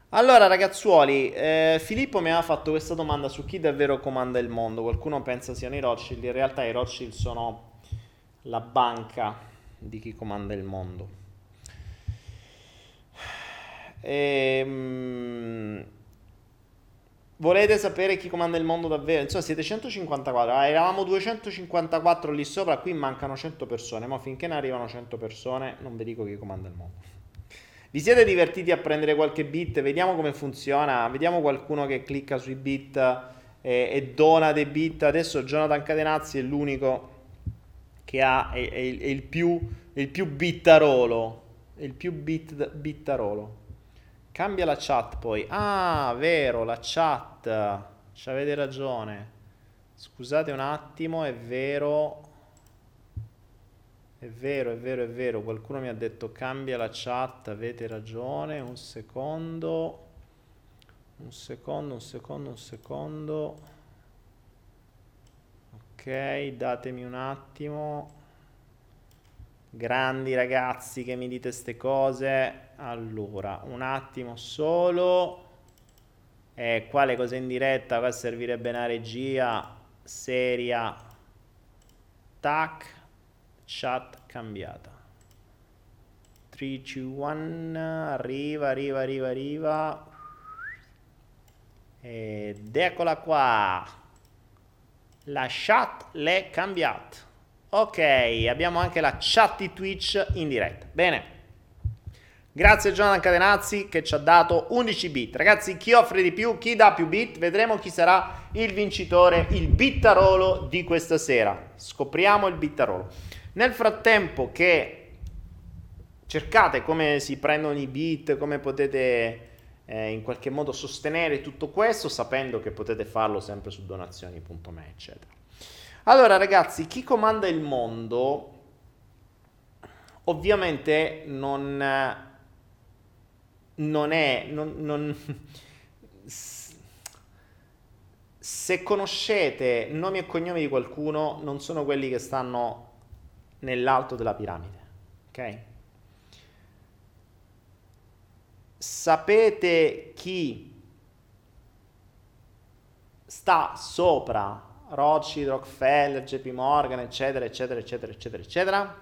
Allora, ragazzuoli, Filippo mi aveva fatto questa domanda su chi davvero comanda il mondo. Qualcuno pensa siano i Rothschild, in realtà i Rothschild sono la banca di chi comanda il mondo. Ehm, Volete sapere chi comanda il mondo davvero? Insomma, siete 154. Eravamo 254 lì sopra, qui mancano 100 persone. Ma finché ne arrivano 100 persone, non vi dico chi comanda il mondo. Vi siete divertiti a prendere qualche bit? Vediamo come funziona. Vediamo qualcuno che clicca sui bit e dona dei bit. Adesso Jonathan Cadenazzi è l'unico che ha, è il più bittarolo. È il più bittarolo. Cambia la chat poi. Ah, vero, la chat. Ci avete ragione. Scusate un attimo, è vero. È vero, è vero, è vero. Qualcuno mi ha detto cambia la chat, avete ragione. Un secondo. Un secondo, un secondo, un secondo. Ok, datemi un attimo. Grandi ragazzi che mi dite ste cose. Allora, un attimo solo. Qua le cose in diretta, qua servirebbe una regia seria. Tac, chat cambiata. 3, 2, 1, arriva, arriva, arriva, arriva. Ed eccola qua. La chat l'è cambiata. Ok, abbiamo anche la chat di Twitch in diretta. Bene. Grazie a Jonathan Cadenazzi che ci ha dato 11 bit. Ragazzi, chi offre di più, chi dà più bit, vedremo chi sarà il vincitore, il bittarolo di questa sera. Scopriamo il bittarolo. Nel frattempo che cercate come si prendono i bit, come potete in qualche modo sostenere tutto questo, sapendo che potete farlo sempre su donazioni.me, eccetera. Allora, ragazzi, chi comanda il mondo ovviamente non è... se conoscete nomi e cognomi di qualcuno, non sono quelli che stanno nell'alto della piramide, ok? Sapete chi sta sopra Rothschild, Rockefeller, JP Morgan, eccetera, eccetera, eccetera, eccetera, eccetera?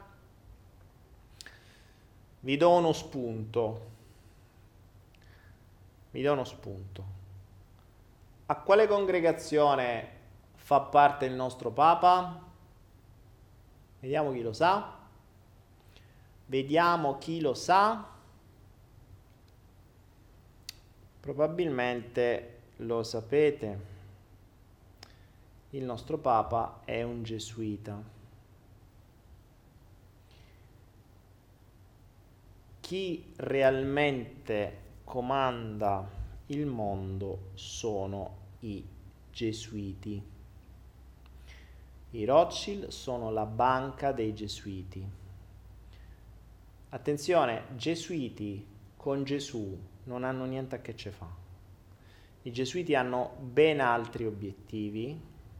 Vi do uno spunto. Vi do uno spunto. A quale congregazione fa parte il nostro Papa? Vediamo chi lo sa. Vediamo chi lo sa. Probabilmente lo sapete. Il nostro Papa è un gesuita. Chi realmente comanda il mondo sono i gesuiti. I Rothschild sono la banca dei gesuiti. Attenzione, gesuiti con Gesù non hanno niente a che ce fa. I gesuiti hanno ben altri obiettivi,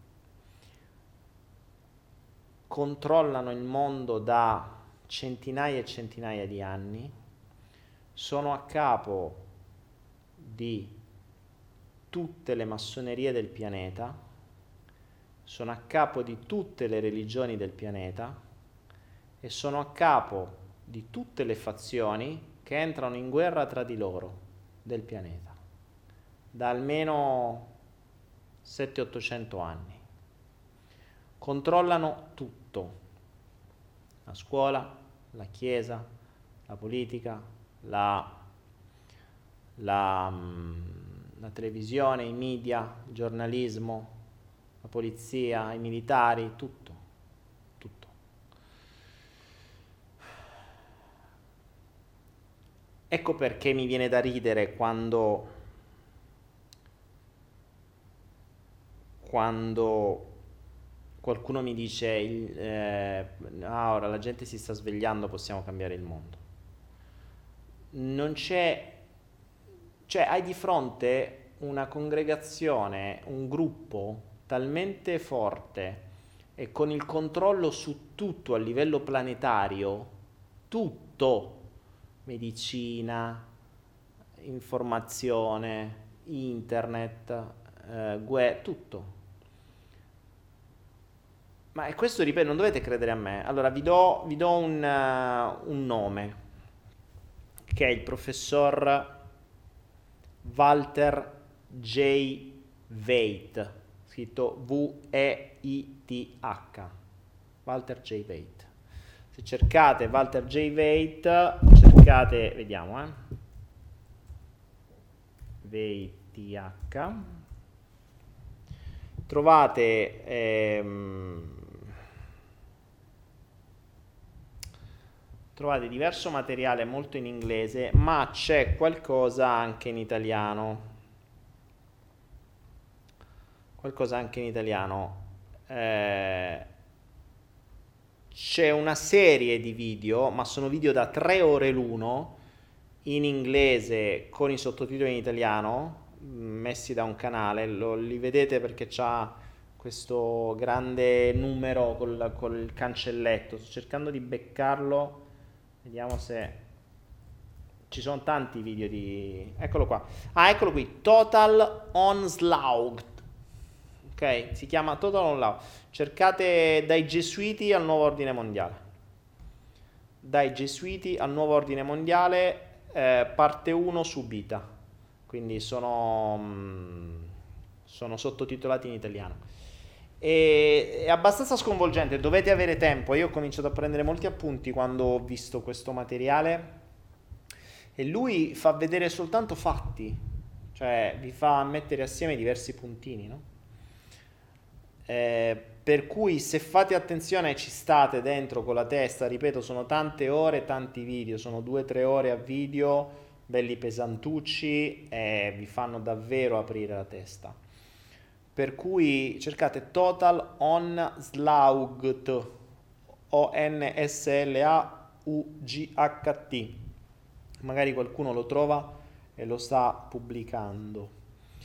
controllano il mondo da centinaia e centinaia di anni, sono a capo di tutte le massonerie del pianeta, sono a capo di tutte le religioni del pianeta e sono a capo di tutte le fazioni che entrano in guerra tra di loro del pianeta da almeno 700-800 anni. Controllano tutto: la scuola, la chiesa, la politica, la televisione, i media, il giornalismo, la polizia, i militari, tutto, tutto. Ecco perché mi viene da ridere quando qualcuno mi dice ora la gente si sta svegliando, possiamo cambiare il mondo. Non c'è, cioè hai di fronte una congregazione, un gruppo talmente forte e con il controllo su tutto a livello planetario, tutto, medicina, informazione, internet, tutto. Ma è questo, ripeto, non dovete credere a me. Allora, vi do un nome, che è il professor Walter J. Veit, scritto V-E-I-T-H. Walter J. Veit. Se cercate Walter J. Veit, cercate, vediamo, VTH, trovate diverso materiale molto in inglese, ma c'è qualcosa anche in italiano. C'è una serie di video, ma sono video da 3 ore l'uno, in inglese con i sottotitoli in italiano, messi da un canale, li vedete perché c'ha questo grande numero col cancelletto. Sto cercando di beccarlo, vediamo se ci sono tanti video di... Eccolo qua. Eccolo qui, Total Onslaught. Ok, si chiama Total Onslaught. Cercate dai Gesuiti al nuovo ordine mondiale. Dai Gesuiti al nuovo ordine mondiale, parte 1 subita. Quindi sono sottotitolati in italiano. È abbastanza sconvolgente, dovete avere tempo. Io ho cominciato a prendere molti appunti quando ho visto questo materiale e lui fa vedere soltanto fatti, cioè vi fa mettere assieme diversi puntini, no? Per cui se fate attenzione ci state dentro con la testa, ripeto, sono tante ore, tanti video, sono 2-3 ore a video, belli pesantucci, e vi fanno davvero aprire la testa. Per cui cercate Total Onslaught, Onslaught, magari qualcuno lo trova e lo sta pubblicando.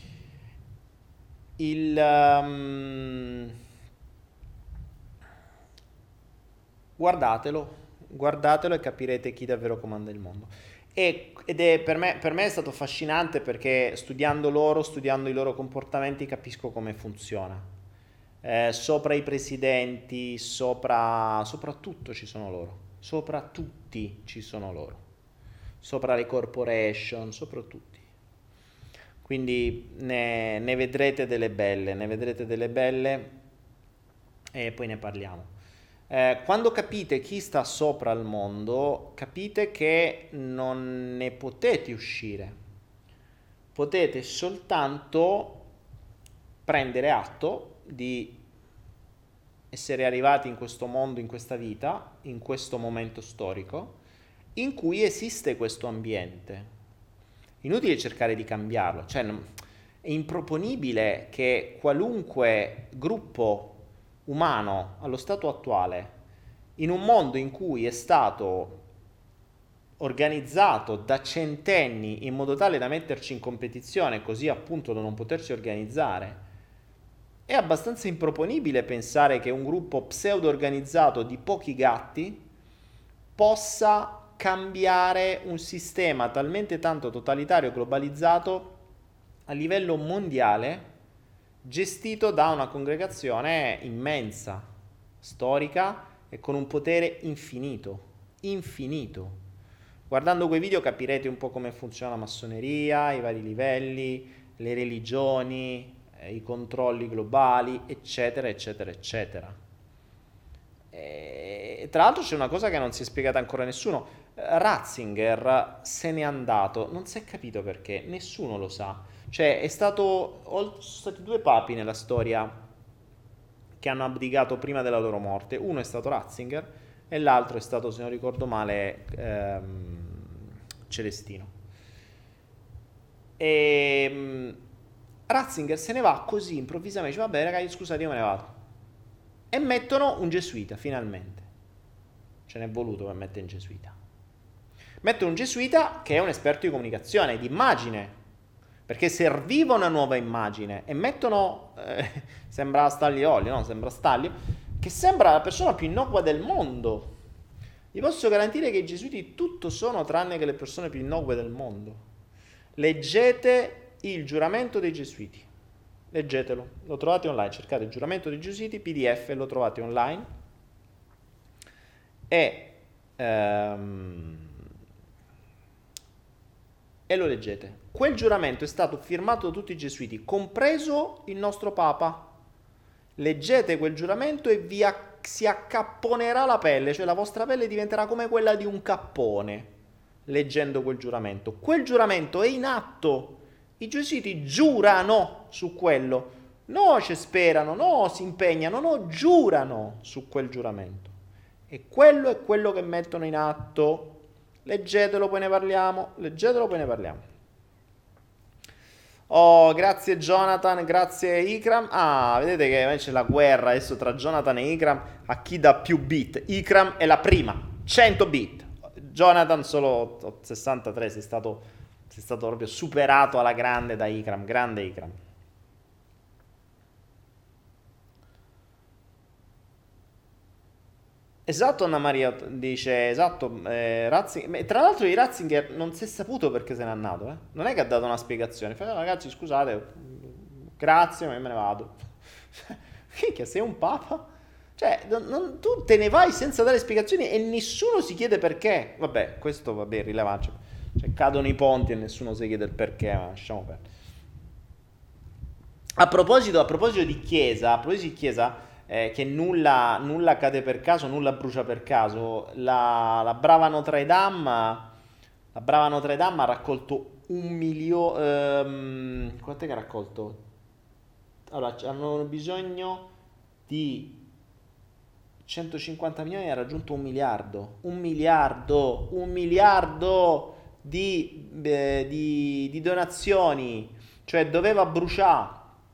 Guardatelo e capirete chi davvero comanda il mondo. Ed è per me è stato affascinante perché studiando i loro comportamenti capisco come funziona. Sopra i presidenti, soprattutto ci sono loro. Sopra tutti ci sono loro. Sopra le corporation, sopra tutti. Quindi ne vedrete delle belle e poi ne parliamo. Quando capite chi sta sopra il mondo, capite che non ne potete uscire. Potete soltanto prendere atto di essere arrivati in questo mondo, in questa vita, in questo momento storico, in cui esiste questo ambiente. Inutile cercare di cambiarlo, cioè è improponibile che qualunque gruppo umano allo stato attuale, in un mondo in cui è stato organizzato da centenni in modo tale da metterci in competizione, così appunto da non poterci organizzare, è abbastanza improponibile pensare che un gruppo pseudo organizzato di pochi gatti possa cambiare un sistema talmente tanto totalitario e globalizzato a livello mondiale, gestito da una congregazione immensa, storica e con un potere infinito. Guardando quei video capirete un po' come funziona la massoneria, i vari livelli, le religioni, i controlli globali, eccetera, eccetera, eccetera. E tra l'altro c'è una cosa che non si è spiegata ancora a nessuno. Ratzinger se n'è andato, non si è capito perché, nessuno lo sa. Cioè sono stati 2 papi nella storia che hanno abdicato prima della loro morte. Uno è stato Ratzinger e l'altro è stato, se non ricordo male, Celestino. Ratzinger se ne va così improvvisamente, dice vabbè ragazzi scusate io me ne vado. E mettono un gesuita, finalmente. Ce n'è voluto per mettere un gesuita. Mettono un gesuita che è un esperto di comunicazione, di immagine, perché serviva una nuova immagine e mettono, sembra Staglioli, no? Sembra Staglio, che sembra la persona più innocua del mondo. Vi posso garantire che i gesuiti tutto sono tranne che le persone più innocue del mondo. Leggete il giuramento dei Gesuiti. Leggetelo, lo trovate online, cercate il giuramento dei Gesuiti, PDF, lo trovate online e, e lo leggete. Quel giuramento è stato firmato da tutti i Gesuiti, compreso il nostro Papa. Leggete quel giuramento e si accapponerà la pelle, cioè la vostra pelle diventerà come quella di un cappone, leggendo quel giuramento. Quel giuramento è in atto. I gesuiti giurano su quello, no ci sperano, no si impegnano, no giurano su quel giuramento. E quello è quello che mettono in atto. Leggetelo, poi ne parliamo. Leggetelo, poi ne parliamo. Oh, grazie Jonathan, grazie Ikram. Ah, vedete che c'è la guerra adesso tra Jonathan e Ikram a chi dà più bit. Ikram è la prima, 100 bit. Jonathan solo 63, sei stato proprio superato alla grande da Ikram, grande Ikram. Esatto, Anna Maria dice, esatto, Ratzinger, tra l'altro di Ratzinger non si è saputo perché se n'è andato, eh. Non è che ha dato una spiegazione, fa, ragazzi scusate, grazie, ma io me ne vado. Minchia, sei un papa? Cioè, tu te ne vai senza dare spiegazioni e nessuno si chiede perché. Vabbè, questo vabbè, è rilevante. Cioè, cadono i ponti e nessuno si chiede il perché, ma lasciamo perdere. A proposito di chiesa, che nulla cade per caso, nulla brucia per caso. La brava Notre Dame, ha raccolto 1 milione. Quant'è che ha raccolto? Allora, hanno bisogno di 150 milioni e ha raggiunto 1 miliardo. 1 miliardo, 1 miliardo di donazioni. Cioè doveva bruciare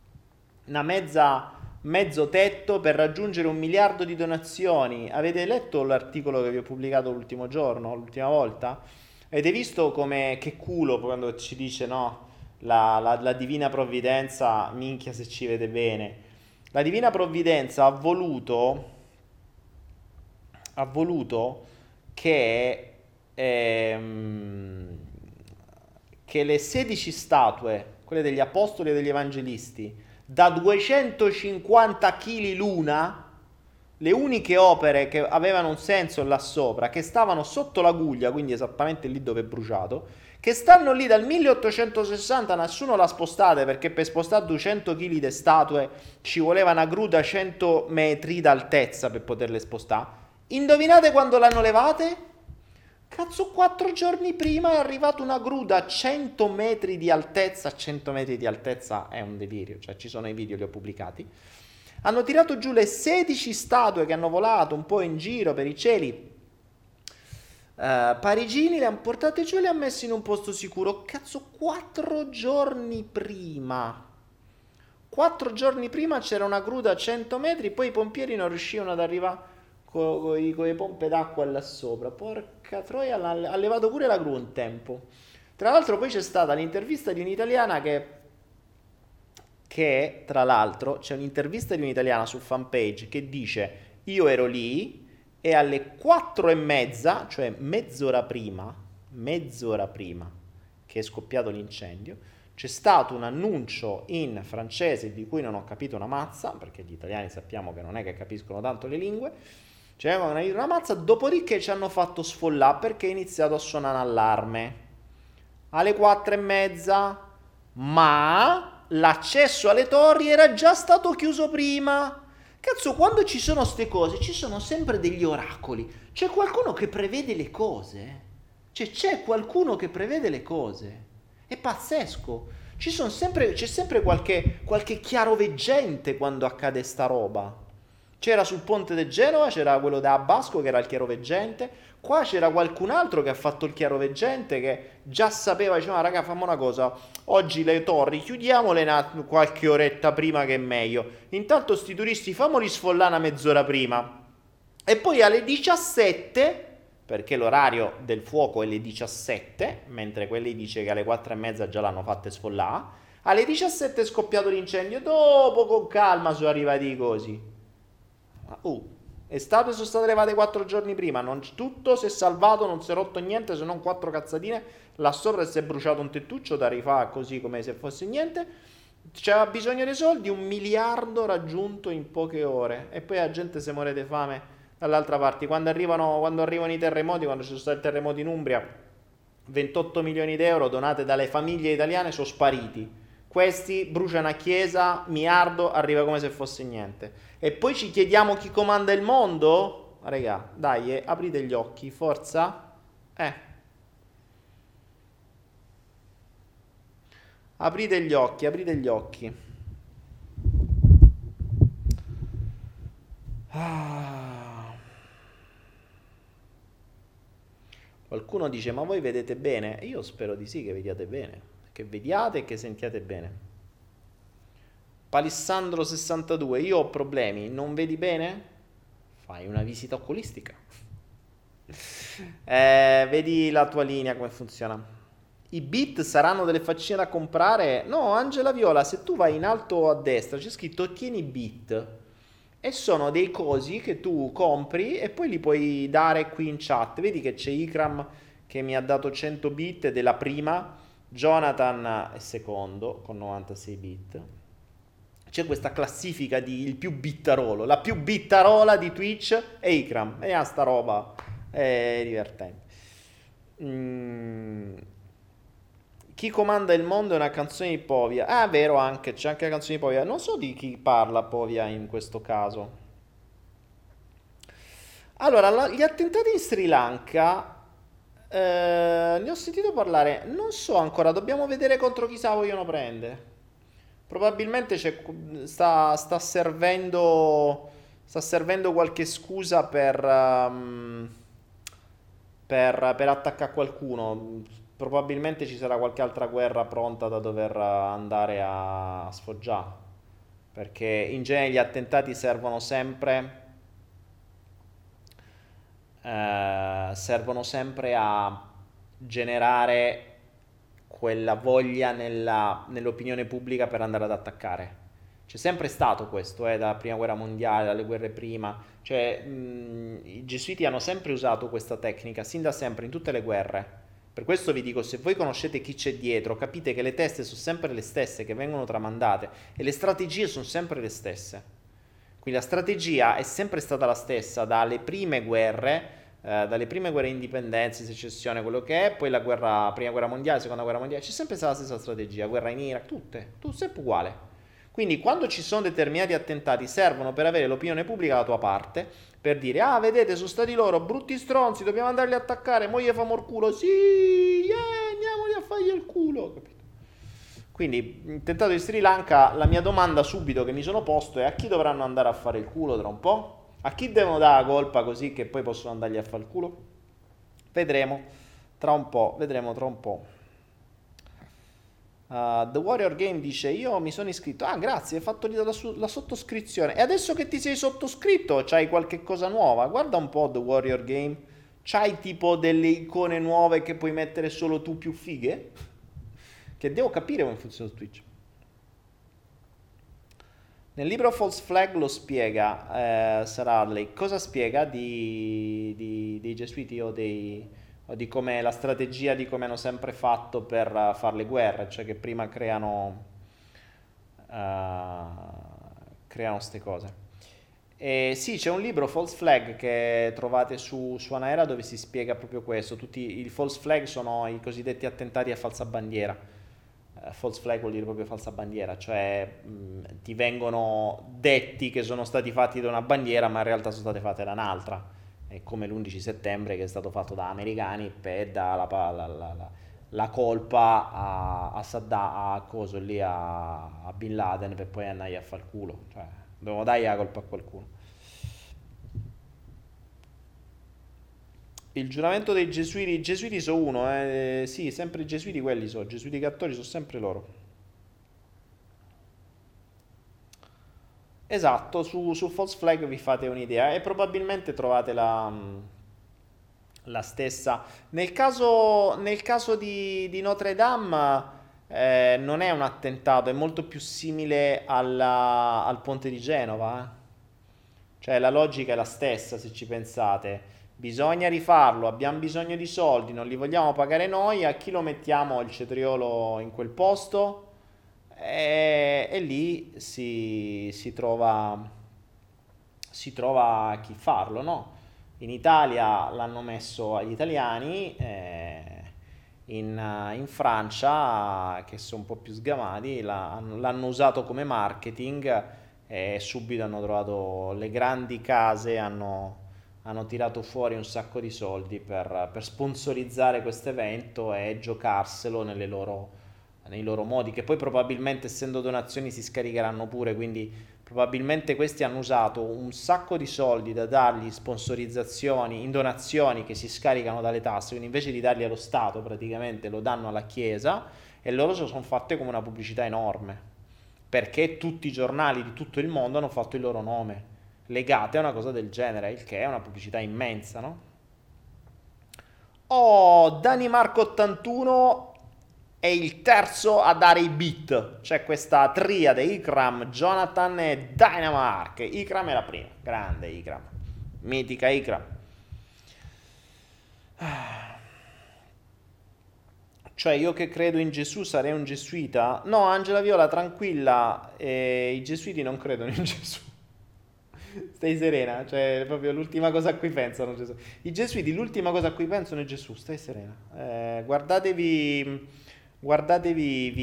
mezzo tetto per raggiungere 1 miliardo di donazioni. Avete letto l'articolo che vi ho pubblicato l'ultima volta? Avete visto che culo quando ci dice no, la divina provvidenza, minchia se ci vede bene. La divina provvidenza ha voluto che le 16 statue, quelle degli apostoli e degli evangelisti, da 250 kg l'una, le uniche opere che avevano un senso là sopra, che stavano sotto la guglia, quindi esattamente lì dove è bruciato, che stanno lì dal 1860, nessuno l'ha spostate perché per spostare 200 kg di statue ci voleva una gru da 100 metri d'altezza per poterle spostare. Indovinate quando l'hanno levate? Cazzo, 4 giorni prima è arrivata una gru da 100 metri di altezza. 100 metri di altezza è un delirio, cioè ci sono i video, li ho pubblicati. Hanno tirato giù le 16 statue che hanno volato un po' in giro per i cieli parigini, le hanno portate giù e le hanno messe in un posto sicuro. Cazzo, 4 giorni prima. 4 giorni prima c'era una gru da 100 metri, poi i pompieri non riuscivano ad arrivare con le pompe d'acqua là sopra. Porca troia, ha levato pure la gru un tempo. Tra l'altro poi c'è stata l'intervista di un'italiana che tra l'altro c'è un'intervista di un'italiana su fanpage che dice: io ero lì e alle 4:30, cioè mezz'ora prima che è scoppiato l'incendio, c'è stato un annuncio in francese di cui non ho capito una mazza, perché gli italiani sappiamo che non è che capiscono tanto le lingue. Cioè, una mazza, dopodiché ci hanno fatto sfollare perché è iniziato a suonare un allarme alle 4:30, ma l'accesso alle torri era già stato chiuso prima. Cazzo, quando ci sono ste cose ci sono sempre degli oracoli. C'è qualcuno che prevede le cose. Cioè, c'è qualcuno che prevede le cose. È pazzesco. C'è sempre qualche chiaroveggente quando accade sta roba. C'era sul ponte di Genova, c'era quello da Basco che era il chiaroveggente. Qua c'era qualcun altro che ha fatto il chiaroveggente che già sapeva, diceva, raga, fammi una cosa, oggi le torri chiudiamole qualche oretta prima che è meglio. Intanto sti turisti famoli sfollare una mezz'ora prima. E poi alle 17, perché l'orario del fuoco è le 17, mentre quelli dice che alle 4:30 già l'hanno fatte sfollare, alle 17 è scoppiato l'incendio, dopo con calma sono arrivati i cosi. statue sono state levate 4 giorni prima, tutto si è salvato, non si è rotto niente se non 4 cazzatine, là sopra si è bruciato un tettuccio da rifà così come se fosse niente. C'era bisogno dei soldi, 1 miliardo raggiunto in poche ore e poi la gente si muore di fame dall'altra parte. Quando arrivano i terremoti, quando ci sono stati i terremoti in Umbria, 28 milioni di euro donate dalle famiglie italiane sono spariti. Questi bruciano a chiesa, miliardo arriva come se fosse niente. E poi ci chiediamo chi comanda il mondo? Raga, dai, aprite gli occhi, forza. Aprite gli occhi, aprite gli occhi. Ah. Qualcuno dice, ma voi vedete bene? Io spero di sì che vediate bene, che vediate e che sentiate bene. Palissandro 62, io ho problemi, non vedi bene? Fai una visita oculistica. Vedi la tua linea come funziona. I bit saranno delle faccine da comprare? No, Angela Viola, se tu vai in alto a destra c'è scritto ottieni bit e sono dei cosi che tu compri e poi li puoi dare qui in chat. Vedi che c'è Ikram che mi ha dato 100 bit della prima, Jonathan è secondo con 96 bit. C'è questa classifica di il più bittarolo, la più bittarola di Twitch è Ikram. E sta roba è divertente. Chi comanda il mondo è una canzone di Povia. Ah, vero anche, c'è anche la canzone di Povia. Non so di chi parla Povia in questo caso. Allora, gli attentati in Sri Lanka, ne ho sentito parlare, non so ancora, dobbiamo vedere contro chi sa vogliono prendere. Probabilmente sta servendo qualche scusa per attaccare qualcuno. Probabilmente ci sarà qualche altra guerra pronta da dover andare a sfoggiare. Perché in genere gli attentati servono sempre a generare quella voglia nell'opinione pubblica per andare ad attaccare. C'è sempre stato questo, dalla prima guerra mondiale, dalle guerre prima. Cioè, i gesuiti hanno sempre usato questa tecnica, sin da sempre, in tutte le guerre. Per questo vi dico, se voi conoscete chi c'è dietro, capite che le teste sono sempre le stesse che vengono tramandate e le strategie sono sempre le stesse. Quindi la strategia è sempre stata la stessa dalle prime guerre di indipendenza, secessione, quello che è, poi prima guerra mondiale, seconda guerra mondiale, c'è sempre stata la stessa strategia, guerra in Iraq, tutto sempre uguale. Quindi quando ci sono determinati attentati servono per avere l'opinione pubblica dalla tua parte, per dire, ah vedete sono stati loro, brutti stronzi, dobbiamo andarli a attaccare, mo gli famo il culo, sì, andiamoli a fargli il culo, capito? Quindi, intentato di Sri Lanka, la mia domanda subito che mi sono posto è a chi dovranno andare a fare il culo tra un po'? A chi devono dare la colpa così che poi possono andargli a fare il culo? Vedremo tra un po', vedremo tra un po'. The Warrior Game dice io mi sono iscritto. Ah, grazie, hai fatto lì la sottoscrizione. E adesso che ti sei sottoscritto, c'hai qualche cosa nuova? Guarda un po' The Warrior Game. C'hai tipo delle icone nuove che puoi mettere solo tu più fighe? Che devo capire come funziona su Twitch. Nel libro False Flag lo spiega Sarah Hadley. Cosa spiega dei Gesuiti o di come la strategia di come hanno sempre fatto per fare le guerre, cioè che prima creano queste cose. E sì, c'è un libro False Flag che trovate su Anaera dove si spiega proprio questo. Tutti i false flag sono i cosiddetti attentati a falsa bandiera. False flag vuol dire proprio falsa bandiera, cioè ti vengono detti che sono stati fatti da una bandiera ma in realtà sono state fatte da un'altra. È come l'11 settembre che è stato fatto da americani per dare la colpa a Saddam, a coso lì, a Bin Laden per poi andare a far culo. Cioè, devono dargli la colpa a qualcuno. Il giuramento dei Gesuiti, i Gesuiti sono uno, sì, sempre i Gesuiti quelli sono, i Gesuiti cattolici sono sempre loro. Esatto, su False Flag vi fate un'idea e probabilmente trovate la stessa. Nel caso di Notre Dame non è un attentato, è molto più simile al ponte di Genova. Cioè la logica è la stessa se ci pensate. Bisogna rifarlo, abbiamo bisogno di soldi, non li vogliamo pagare noi, a chi lo mettiamo il cetriolo in quel posto? E lì si trova chi farlo, no? In Italia l'hanno messo agli italiani, in Francia, che sono un po' più sgamati, l'hanno usato come marketing e subito hanno trovato le grandi case, hanno tirato fuori un sacco di soldi per sponsorizzare questo evento e giocarselo nei loro modi, che poi probabilmente essendo donazioni si scaricheranno pure, quindi probabilmente questi hanno usato un sacco di soldi da dargli sponsorizzazioni in donazioni che si scaricano dalle tasse, quindi invece di darli allo Stato praticamente lo danno alla Chiesa e loro se lo sono fatte come una pubblicità enorme, perché tutti i giornali di tutto il mondo hanno fatto il loro nome legate a una cosa del genere, il che è una pubblicità immensa, no? Oh, Danimarca 81 è il terzo a dare i beat. C'è questa triade Ikram, Jonathan e Dynamark. Ikram è la prima, grande Ikram, mitica Ikram. Cioè io che credo in Gesù sarei un gesuita? No, Angela Viola, tranquilla, i gesuiti non credono in Gesù. Stai serena, cioè è proprio l'ultima cosa a cui pensano Gesù. I gesuiti l'ultima cosa a cui pensano è Gesù, stai serena. Guardatevi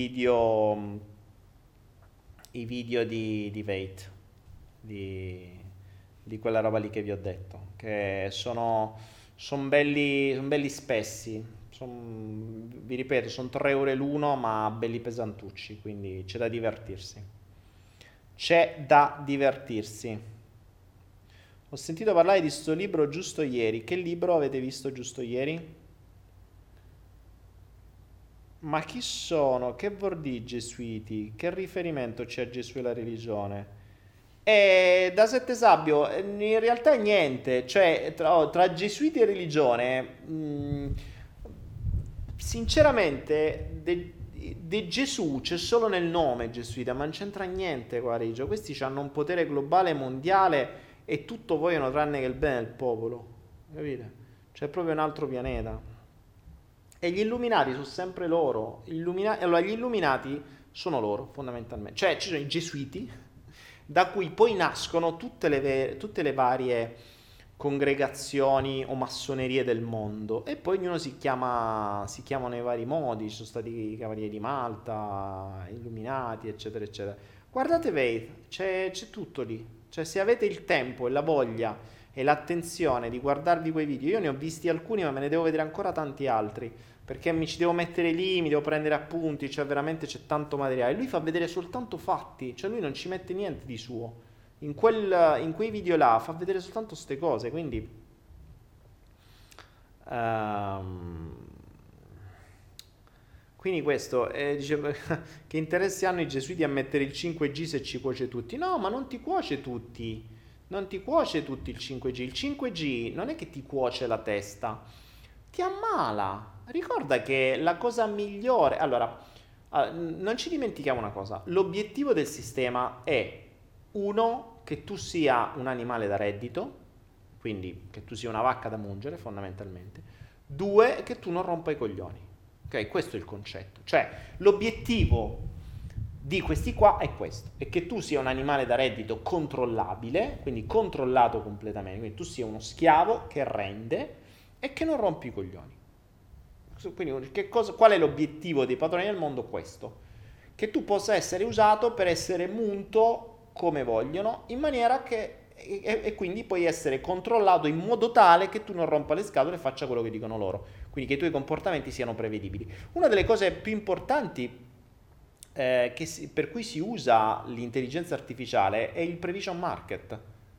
i video di Veit, di, di quella roba lì che vi ho detto, che sono belli spessi, vi ripeto, sono 3 ore l'uno, ma belli pesantucci, quindi c'è da divertirsi. C'è da divertirsi. Ho sentito parlare di sto libro giusto ieri. Che libro avete visto giusto ieri? Ma chi sono? Che vuol dire gesuiti? Che riferimento c'è a Gesù e la religione? E da Sette Sabbio, in realtà niente, cioè tra gesuiti e religione, sinceramente, di Gesù c'è solo nel nome gesuita, ma non c'entra niente qua, Reggio. Questi hanno un potere globale mondiale e tutto vogliono tranne che il bene del popolo, capite? C'è proprio un altro pianeta. E gli illuminati sono sempre loro. Allora, gli illuminati sono loro, fondamentalmente. Cioè, ci sono i gesuiti, da cui poi nascono tutte le varie congregazioni o massonerie del mondo. E poi ognuno si chiamano nei vari modi. Ci sono stati i Cavalieri di Malta, Illuminati, eccetera, eccetera. Guardate Faith, c'è tutto lì. Cioè, se avete il tempo e la voglia e l'attenzione di guardarvi quei video, io ne ho visti alcuni, ma me ne devo vedere ancora tanti altri, perché mi ci devo mettere lì, mi devo prendere appunti, cioè veramente c'è tanto materiale. Lui fa vedere soltanto fatti, cioè lui non ci mette niente di suo. In quei video là fa vedere soltanto queste cose, quindi ehm, quindi questo, dice, che interessi hanno i gesuiti a mettere il 5G se ci cuoce tutti? No, ma non ti cuoce tutti, non ti cuoce tutti il 5G. Il 5G non è che ti cuoce la testa, ti ammala. Ricorda che la cosa migliore... Allora, non ci dimentichiamo una cosa, l'obiettivo del sistema è, uno, che tu sia un animale da reddito, quindi che tu sia una vacca da mungere fondamentalmente, due, che tu non rompa i coglioni. Ok, questo è il concetto. Cioè, l'obiettivo di questi qua è questo, è che tu sia un animale da reddito controllabile, quindi controllato completamente, quindi tu sia uno schiavo che rende e che non rompi i coglioni. Quindi qual è l'obiettivo dei padroni del mondo? Questo, che tu possa essere usato per essere munto come vogliono, in maniera che e quindi puoi essere controllato in modo tale che tu non rompa le scatole e faccia quello che dicono loro, quindi che i tuoi comportamenti siano prevedibili. Una delle cose più importanti per cui si usa l'intelligenza artificiale è il prevision market,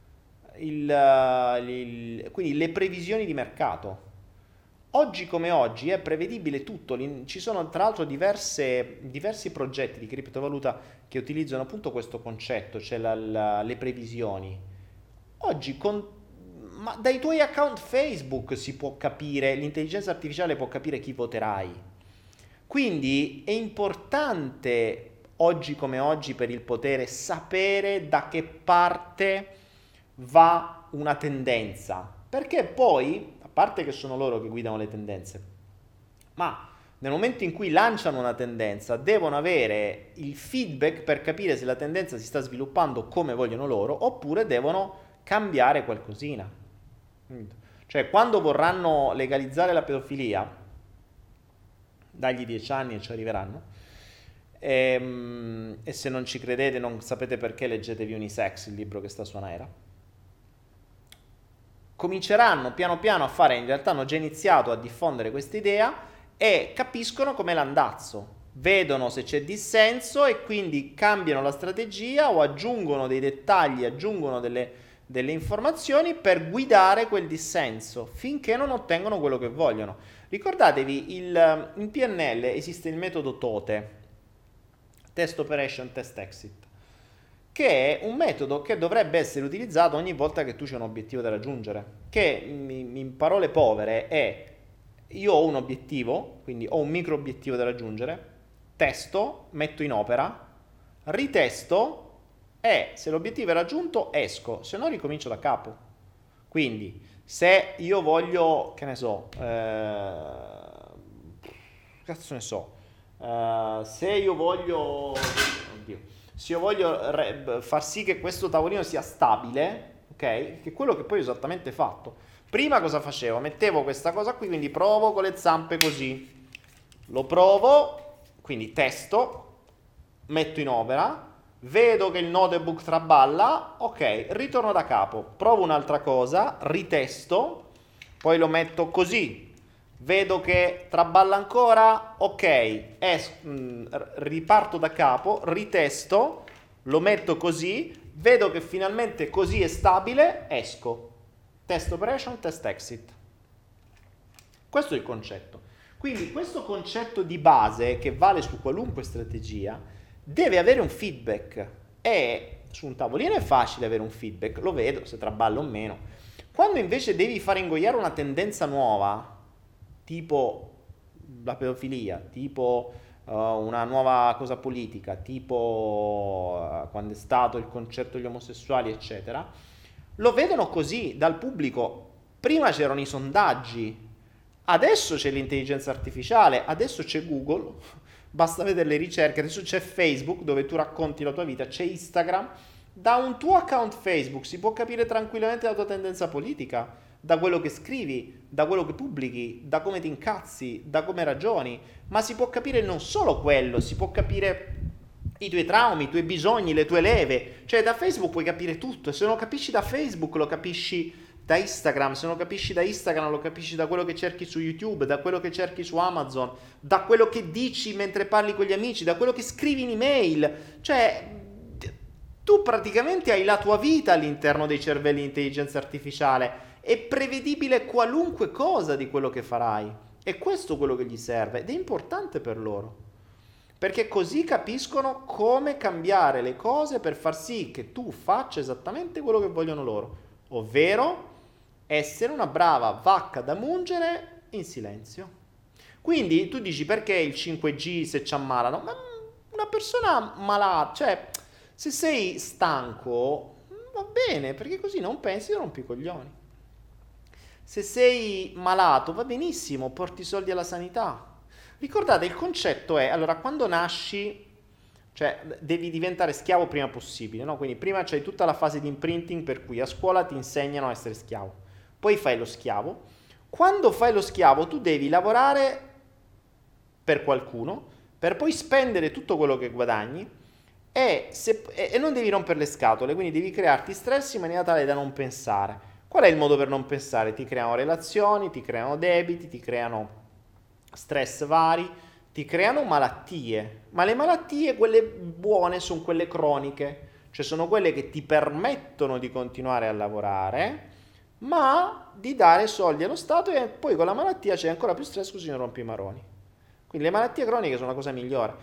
quindi le previsioni di mercato. Oggi come oggi è prevedibile tutto, ci sono tra l'altro diversi progetti di criptovaluta che utilizzano appunto questo concetto, cioè le previsioni. Oggi ma dai tuoi account Facebook si può capire, l'intelligenza artificiale può capire chi voterai. Quindi è importante oggi come oggi per il potere sapere da che parte va una tendenza, perché poi, a parte che sono loro che guidano le tendenze, ma nel momento in cui lanciano una tendenza devono avere il feedback per capire se la tendenza si sta sviluppando come vogliono loro oppure devono cambiare qualcosina. Cioè, quando vorranno legalizzare la pedofilia, dagli 10 anni e ci arriveranno, e se non ci credete, non sapete perché, leggetevi Unisex, il libro che sta su Anaera. Cominceranno piano piano a fare, in realtà hanno già iniziato a diffondere questa idea e capiscono com'è l'andazzo, vedono se c'è dissenso e quindi cambiano la strategia o aggiungono dei dettagli, aggiungono delle informazioni per guidare quel dissenso finché non ottengono quello che vogliono. Ricordatevi, in PNL esiste il metodo TOTE, Test Operation Test Exit, che è un metodo che dovrebbe essere utilizzato ogni volta che tu c'è un obiettivo da raggiungere, che in parole povere è: io ho un obiettivo, quindi ho un micro obiettivo da raggiungere, testo, metto in opera, ritesto e se l'obiettivo è raggiunto esco, se no ricomincio da capo. Quindi se io voglio, che ne so, cazzo ne so, se io voglio, oddio, se io voglio far sì che questo tavolino sia stabile, ok? Che è quello che poi ho esattamente fatto. Prima cosa facevo? Mettevo questa cosa qui, quindi provo con le zampe così. Lo provo, quindi testo, metto in opera, vedo che il notebook traballa, ok, ritorno da capo, provo un'altra cosa, ritesto, poi lo metto così. Vedo che traballa ancora, ok, riparto da capo, ritesto, lo metto così, vedo che finalmente così è stabile, esco. Test operation, test exit. Questo è il concetto. Quindi questo concetto di base che vale su qualunque strategia deve avere un feedback e su un tavolino è facile avere un feedback, lo vedo se traballa o meno. Quando invece devi fare ingoiare una tendenza nuova, tipo la pedofilia, tipo una nuova cosa politica, tipo quando è stato il concerto degli omosessuali, eccetera, lo vedono così dal pubblico. Prima c'erano i sondaggi, adesso c'è l'intelligenza artificiale, adesso c'è Google, basta vedere le ricerche, adesso c'è Facebook dove tu racconti la tua vita, c'è Instagram. Da un tuo account Facebook si può capire tranquillamente la tua tendenza politica, da quello che scrivi, da quello che pubblichi, da come ti incazzi, da come ragioni, ma si può capire non solo quello, si può capire i tuoi traumi, i tuoi bisogni, le tue leve, cioè da Facebook puoi capire tutto e se non lo capisci da Facebook lo capisci da Instagram, se non lo capisci da Instagram lo capisci da quello che cerchi su YouTube, da quello che cerchi su Amazon, da quello che dici mentre parli con gli amici, da quello che scrivi in email, cioè tu praticamente hai la tua vita all'interno dei cervelli di intelligenza artificiale, è prevedibile qualunque cosa di quello che farai, è questo quello che gli serve ed è importante per loro, perché così capiscono come cambiare le cose per far sì che tu faccia esattamente quello che vogliono loro, ovvero essere una brava vacca da mungere in silenzio. Quindi tu dici perché il 5G se ci ammalano? Ma una persona malata, cioè se sei stanco va bene perché così non pensi e rompi i coglioni. Se sei malato va benissimo, porti soldi alla sanità. Ricordate, il concetto è, allora, quando nasci, cioè, devi diventare schiavo prima possibile, no? Quindi prima c'hai tutta la fase di imprinting per cui a scuola ti insegnano a essere schiavo. Poi fai lo schiavo. Quando fai lo schiavo tu devi lavorare per qualcuno, per poi spendere tutto quello che guadagni e non devi rompere le scatole, quindi devi crearti stress in maniera tale da non pensare. Qual è il modo per non pensare? Ti creano relazioni, ti creano debiti, ti creano stress vari, ti creano malattie, ma le malattie, quelle buone, sono quelle croniche, cioè sono quelle che ti permettono di continuare a lavorare, ma di dare soldi allo Stato e poi con la malattia c'è ancora più stress così non rompi i maroni. Quindi le malattie croniche sono la cosa migliore.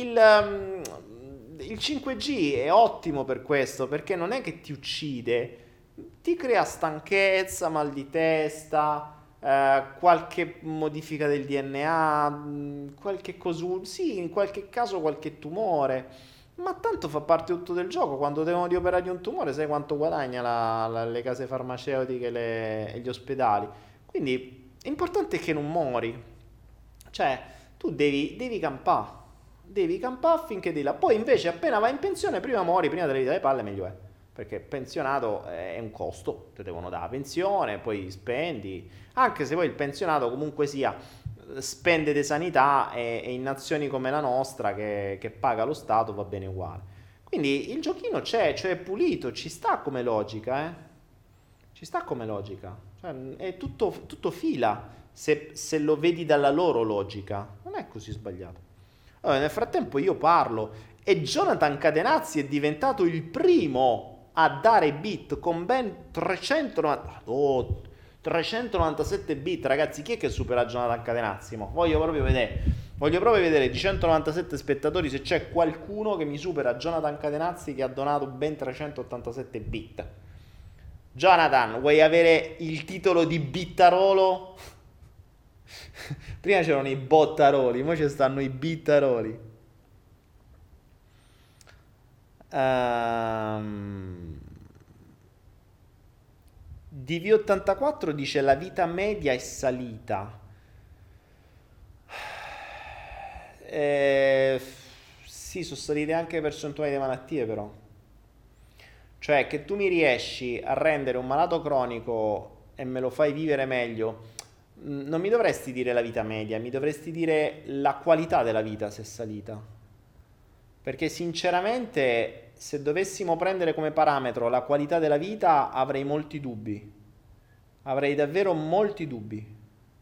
Il 5G è ottimo per questo, perché non è che ti uccide, ti crea stanchezza, mal di testa, qualche modifica del DNA, qualche cosa, sì, in qualche caso qualche tumore, Ma tanto fa parte tutto del gioco. Quando devono rioperare un tumore, sai quanto guadagna le case farmaceutiche e gli ospedali. Quindi l'importante è che non muori. Cioè, tu devi campare. Devi campare finché di là. Poi invece appena vai in pensione, prima muori, prima te le vita le palle, meglio è. Perché pensionato è un costo, ti devono dare la pensione, poi spendi. Anche se poi il pensionato comunque sia spende di sanità e in nazioni come la nostra che paga lo Stato va bene uguale. Quindi il giochino c'è, cioè è pulito, ci sta come logica, eh? Ci sta come logica. Cioè, è tutto fila se lo vedi dalla loro logica. Non è così sbagliato. Allora, nel frattempo io parlo e Jonathan Cadenazzi è diventato il primo a dare beat con ben 397 bit, ragazzi. Chi è che supera Jonathan Cadenazzi? Voglio proprio vedere di 197 spettatori se c'è qualcuno che mi supera Jonathan Cadenazzi che ha donato ben 387 bit. Jonathan, vuoi avere il titolo di bittarolo? Prima c'erano i bottaroli, ora ci stanno i bittaroli. Ehm, DV84 dice la vita media è salita. Eh, sì, sono salite anche le percentuali di malattie però. Cioè che tu mi riesci a rendere un malato cronico e me lo fai vivere meglio, non mi dovresti dire la vita media, mi dovresti dire la qualità della vita se è salita. Perché sinceramente, se dovessimo prendere come parametro la qualità della vita, avrei molti dubbi. Avrei davvero molti dubbi.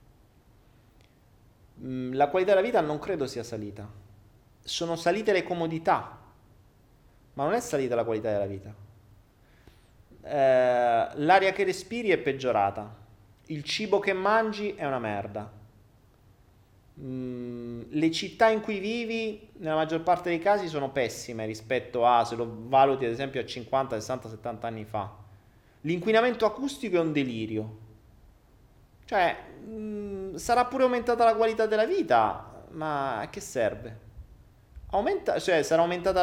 La qualità della vita non credo sia salita. Sono salite le comodità, ma non è salita la qualità della vita. L'aria che respiri è peggiorata. Il cibo che mangi è una merda. Le città in cui vivi, nella maggior parte dei casi, sono pessime rispetto a se lo valuti ad esempio a 50, 60, 70 anni fa. L'inquinamento acustico è un delirio. Cioè, sarà pure aumentata la qualità della vita, ma a che serve? Cioè, sarà aumentata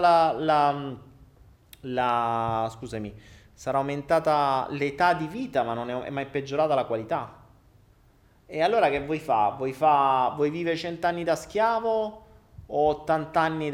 scusami, sarà aumentata l'età di vita, ma non è mai peggiorata la qualità. E allora che vuoi fa? Vuoi vivere 100 anni da schiavo o 80 anni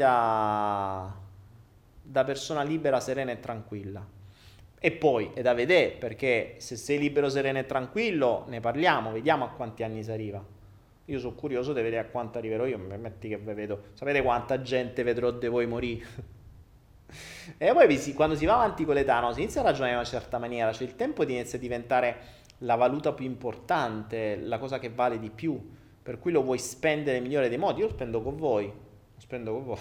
da persona libera, serena e tranquilla? E poi è da vedere, perché se sei libero, sereno e tranquillo, ne parliamo, vediamo a quanti anni si arriva. Io sono curioso di vedere a quanto arriverò io, mi permetti che ve vedo. Sapete quanta gente vedrò di voi morire? E poi quando si va avanti con l'età, no, si inizia a ragionare in una certa maniera, cioè il tempo inizia a diventare la valuta più importante, la cosa che vale di più, per cui lo vuoi spendere nel migliore dei modi. Io lo spendo con voi, lo spendo con voi,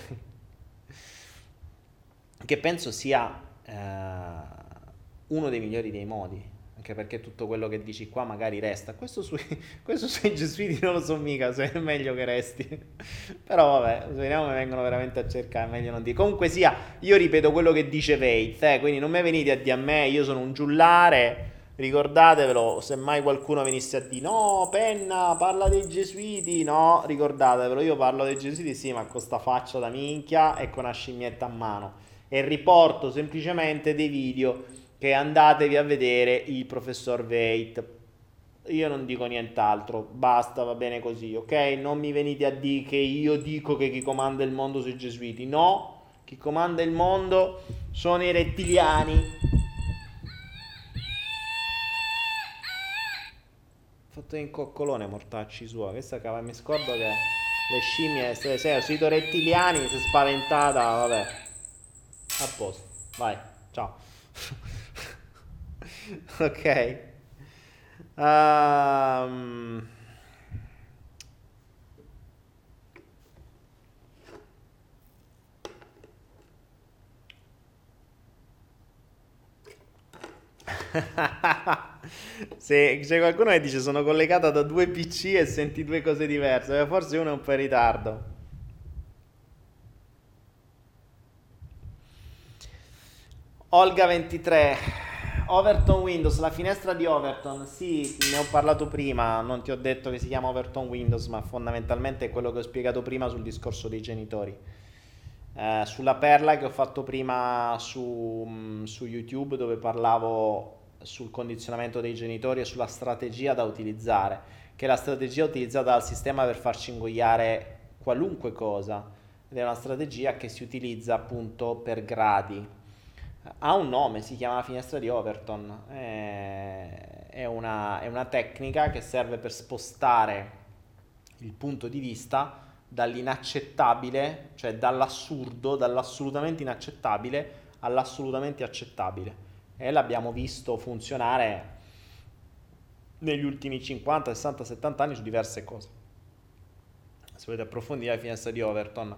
che penso sia uno dei migliori dei modi, anche perché tutto quello che dici qua magari resta. Questo sui gesuiti non lo so mica, se è meglio che resti. Però vabbè, vediamo mi vengono veramente a cercare, meglio non dire. Comunque sia, io ripeto quello che dice Faith, quindi non mi venite a dire a me, io sono un giullare, ricordatevelo, se mai qualcuno venisse a dire no, Penna, parla dei gesuiti, no, ricordatevelo, io parlo dei gesuiti sì, ma con sta faccia da minchia e con una scimmietta a mano. E riporto semplicemente dei video che andatevi a vedere il professor Veit. Io non dico nient'altro, basta, va bene così, ok? Non mi venite a dire che io dico che chi comanda il mondo sono i gesuiti. No, chi comanda il mondo sono i rettiliani. Fatto in coccolone, mortacci sua. Questa cava, mi scordo che le scimmie, se ho sito rettiliani, si è spaventata, vabbè. A posto, vai, ciao. Ok. Ehm, Se c'è qualcuno che dice sono collegata da due PC e senti due cose diverse, forse uno è un po' in ritardo. Olga 23, Overton Windows, la finestra di Overton, sì, ne ho parlato prima, non ti ho detto che si chiama Overton Windows, ma fondamentalmente è quello che ho spiegato prima sul discorso dei genitori. Sulla perla che ho fatto prima su YouTube, dove parlavo sul condizionamento dei genitori e sulla strategia da utilizzare, che è la strategia utilizzata dal sistema per farci ingoiare qualunque cosa, ed è una strategia che si utilizza appunto per gradi. Ha un nome, si chiama finestra di Overton. È una tecnica che serve per spostare il punto di vista dall'inaccettabile, cioè dall'assurdo, dall'assolutamente inaccettabile all'assolutamente accettabile. E l'abbiamo visto funzionare negli ultimi 50, 60, 70 anni su diverse cose. Se volete approfondire la finestra di Overton,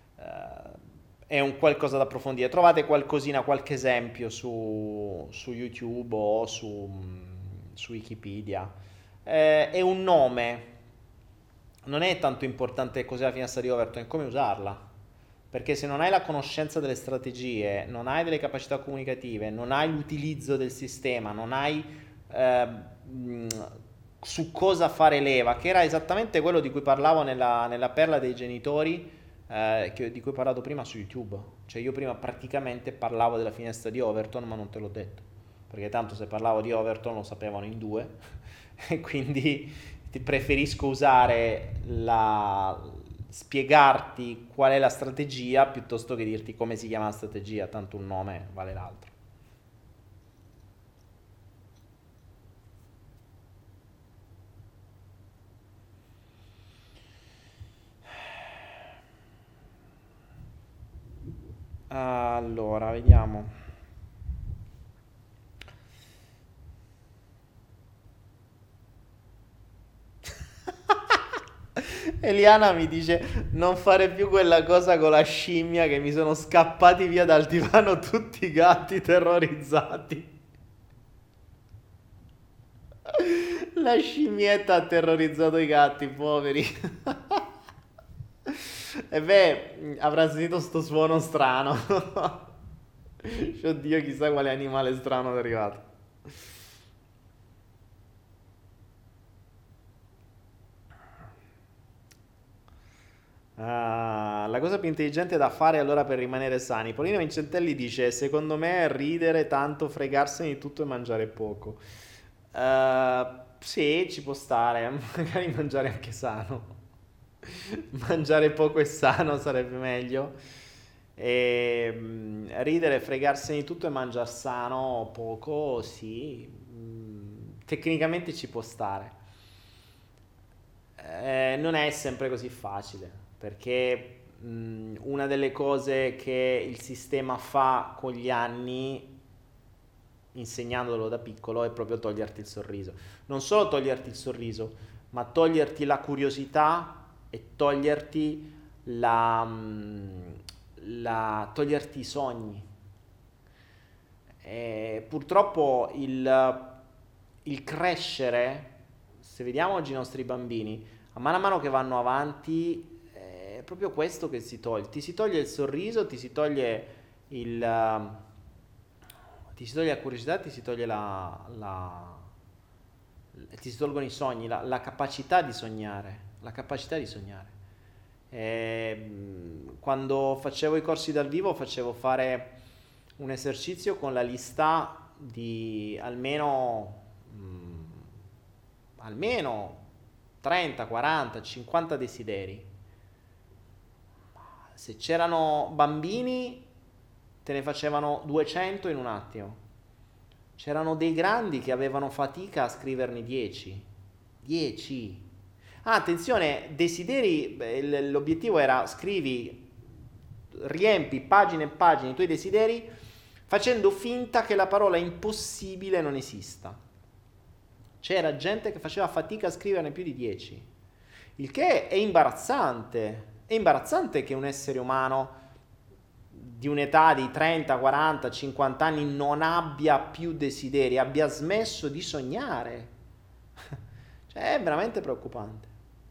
è un qualcosa da approfondire. Trovate qualcosina, qualche esempio su YouTube o su Wikipedia. È un nome, non è tanto importante cos'è la finestra di Overton, è come usarla. Perché se non hai la conoscenza delle strategie, non hai delle capacità comunicative, non hai l'utilizzo del sistema, non hai eh, mh, su cosa fare leva, che era esattamente quello di cui parlavo nella perla dei genitori, di cui ho parlato prima su YouTube. Cioè io prima praticamente parlavo della finestra di Overton, ma non te l'ho detto. Perché tanto se parlavo di Overton lo sapevano in due, e quindi ti preferisco usare spiegarti qual è la strategia piuttosto che dirti come si chiama la strategia, tanto un nome vale l'altro. Allora, vediamo. Eliana mi dice non fare più quella cosa con la scimmia che mi sono scappati via dal divano tutti i gatti terrorizzati. La scimmietta ha terrorizzato i gatti, poveri. E beh, avrà sentito sto suono strano. Oddio, chissà quale animale strano è arrivato. La cosa più intelligente da fare allora per rimanere sani. Paolino Vincentelli dice: secondo me è ridere tanto, fregarsene di tutto e mangiare poco. Sì, ci può stare. Magari mangiare anche sano. Mangiare poco e sano sarebbe meglio. Ridere, fregarsene di tutto e mangiare sano poco, sì. Tecnicamente ci può stare. Non è sempre così facile, perché una delle cose che il sistema fa con gli anni, insegnandolo da piccolo, è proprio toglierti il sorriso. Non solo toglierti il sorriso, ma toglierti la curiosità e toglierti toglierti i sogni. Purtroppo il crescere, se vediamo oggi i nostri bambini, a mano che vanno avanti, è proprio questo che si toglie. Ti si toglie il sorriso, il, ti si toglie la curiosità, ti si tolgono i sogni, la capacità di sognare. La capacità di sognare. Quando facevo i corsi dal vivo facevo fare un esercizio con la lista di almeno 30, 40, 50 desideri. Se c'erano bambini te ne facevano 200 in un attimo. C'erano dei grandi che avevano fatica a scriverne 10. 10. Ah, attenzione, desideri, l'obiettivo era riempi pagine e pagine i tuoi desideri facendo finta che la parola impossibile non esista. C'era gente che faceva fatica a scriverne più di 10, il che è imbarazzante. È imbarazzante che un essere umano di un'età di 30, 40, 50 anni non abbia più desideri, abbia smesso di sognare. Cioè, è veramente preoccupante.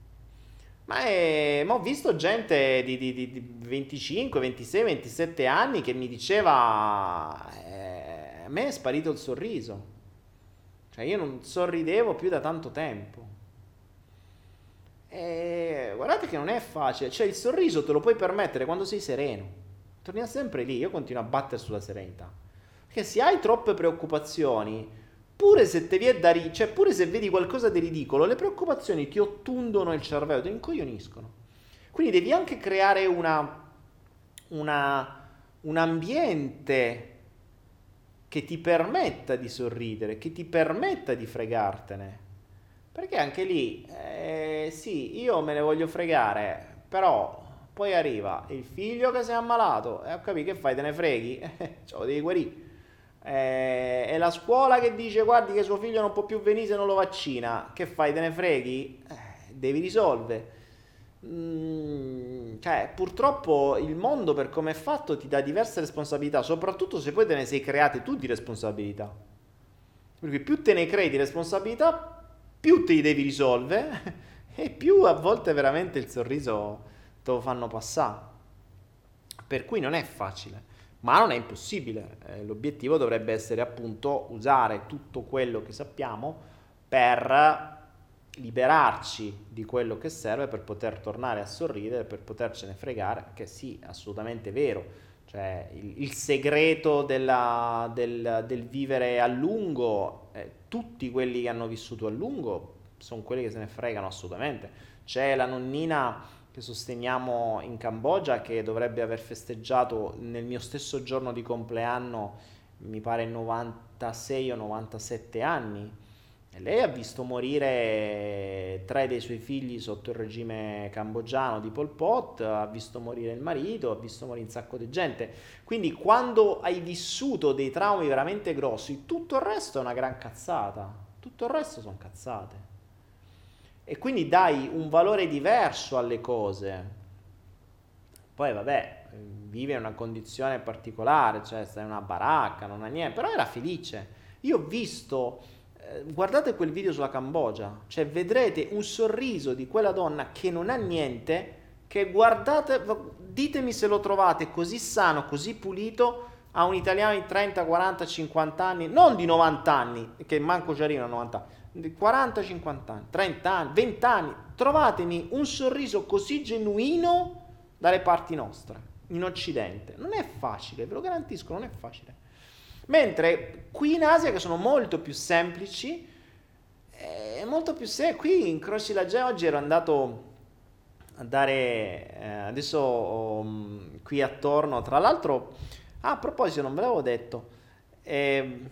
Ma ho visto gente di 25, 26, 27 anni che mi diceva, a me è sparito il sorriso. Cioè io non sorridevo più da tanto tempo. E guardate che non è facile. Cioè il sorriso te lo puoi permettere quando sei sereno. Torniamo sempre lì, io continuo a battere sulla serenità. Perché se hai troppe preoccupazioni, pure se te vi è cioè pure se vedi qualcosa di ridicolo, le preoccupazioni ti ottundono il cervello, ti incoglioniscono. Quindi devi anche creare un ambiente che ti permetta di sorridere, che ti permetta di fregartene. Perché anche lì, sì, io me ne voglio fregare, però poi arriva il figlio che si è ammalato e ho capito che fai, te ne freghi? Cioè, lo devi guarire. E la scuola che dice guardi che suo figlio non può più venire se non lo vaccina, che fai, te ne freghi? Devi risolvere. Cioè, purtroppo il mondo per come è fatto ti dà diverse responsabilità, soprattutto se poi te ne sei create tu di responsabilità. Perché più te ne crei di responsabilità, più te li devi risolvere e più a volte veramente il sorriso te lo fanno passare. Per cui non è facile, ma non è impossibile. L'obiettivo dovrebbe essere appunto usare tutto quello che sappiamo per liberarci di quello che serve per poter tornare a sorridere, per potercene fregare, che sì, assolutamente vero. Cioè, il segreto del vivere a lungo, tutti quelli che hanno vissuto a lungo sono quelli che se ne fregano assolutamente. C'è la nonnina che sosteniamo in Cambogia che dovrebbe aver festeggiato nel mio stesso giorno di compleanno, mi pare 96 o 97 anni. E lei ha visto morire tre dei suoi figli sotto il regime cambogiano di Pol Pot, ha visto morire il marito, ha visto morire un sacco di gente. Quindi quando hai vissuto dei traumi veramente grossi, tutto il resto è una gran cazzata. Tutto il resto sono cazzate. E quindi dai un valore diverso alle cose. Poi vabbè, vive in una condizione particolare, cioè sta in una baracca, non ha niente, però era felice. Io ho visto, guardate quel video sulla Cambogia, cioè vedrete un sorriso di quella donna che non ha niente, che guardate, ditemi se lo trovate così sano, così pulito a un italiano di 30, 40, 50 anni, non di 90 anni, che manco ci arrivano a 90 anni, di 40, 50 anni, 30 anni, 20 anni, trovatemi un sorriso così genuino dalle parti nostre, in Occidente. Non è facile, ve lo garantisco, non è facile. Mentre qui in Asia, che sono molto più semplici, molto più qui incroci la gente. Oggi ero andato a dare, adesso qui attorno, tra l'altro, a proposito, non ve l'avevo detto, ehm,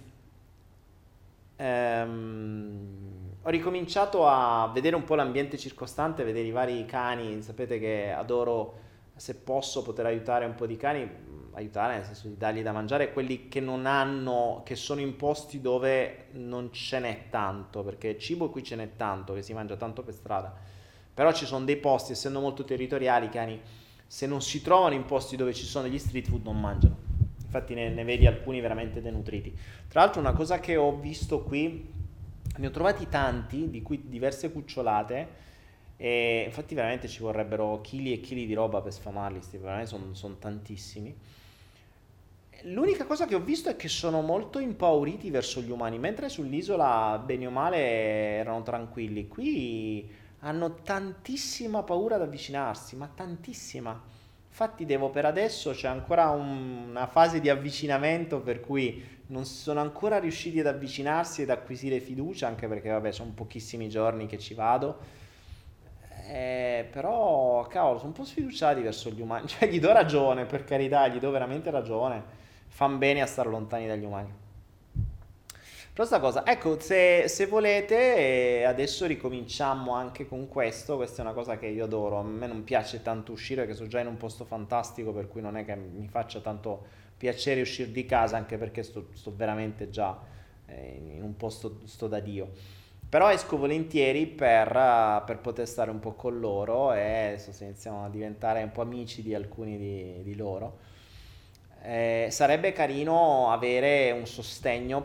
ho ricominciato a vedere un po' l'ambiente circostante, vedere i vari cani, sapete che adoro, se posso, poter aiutare un po' di cani, aiutare nel senso di dargli da mangiare, quelli che non hanno, che sono in posti dove non ce n'è tanto, perché cibo qui ce n'è tanto, che si mangia tanto per strada, però ci sono dei posti, essendo molto territoriali, i cani, se non si trovano in posti dove ci sono degli street food, non mangiano. Infatti ne vedi alcuni veramente denutriti. Tra l'altro una cosa che ho visto qui, ne ho trovati tanti, di cui diverse cucciolate, e infatti veramente ci vorrebbero chili e chili di roba per sfamarli, veramente sono tantissimi. L'unica cosa che ho visto è che sono molto impauriti verso gli umani, mentre sull'isola, bene o male, erano tranquilli. Qui hanno tantissima paura ad avvicinarsi, ma tantissima. Infatti devo per adesso, c'è ancora una fase di avvicinamento per cui non sono ancora riusciti ad avvicinarsi ed acquisire fiducia, anche perché vabbè sono pochissimi giorni che ci vado. Però, cavolo, sono un po' sfiduciati verso gli umani. Cioè, gli do ragione, per carità, gli do veramente ragione. Fan bene a stare lontani dagli umani. Però sta cosa, ecco, se volete, adesso ricominciamo anche con questo. Questa è una cosa che io adoro. A me non piace tanto uscire perché sono già in un posto fantastico, per cui non è che mi faccia tanto piacere uscire di casa, anche perché sto veramente già in un posto, sto da Dio. Però esco volentieri per poter stare un po' con loro e adesso iniziamo a diventare un po' amici di alcuni di loro. Sarebbe carino avere un sostegno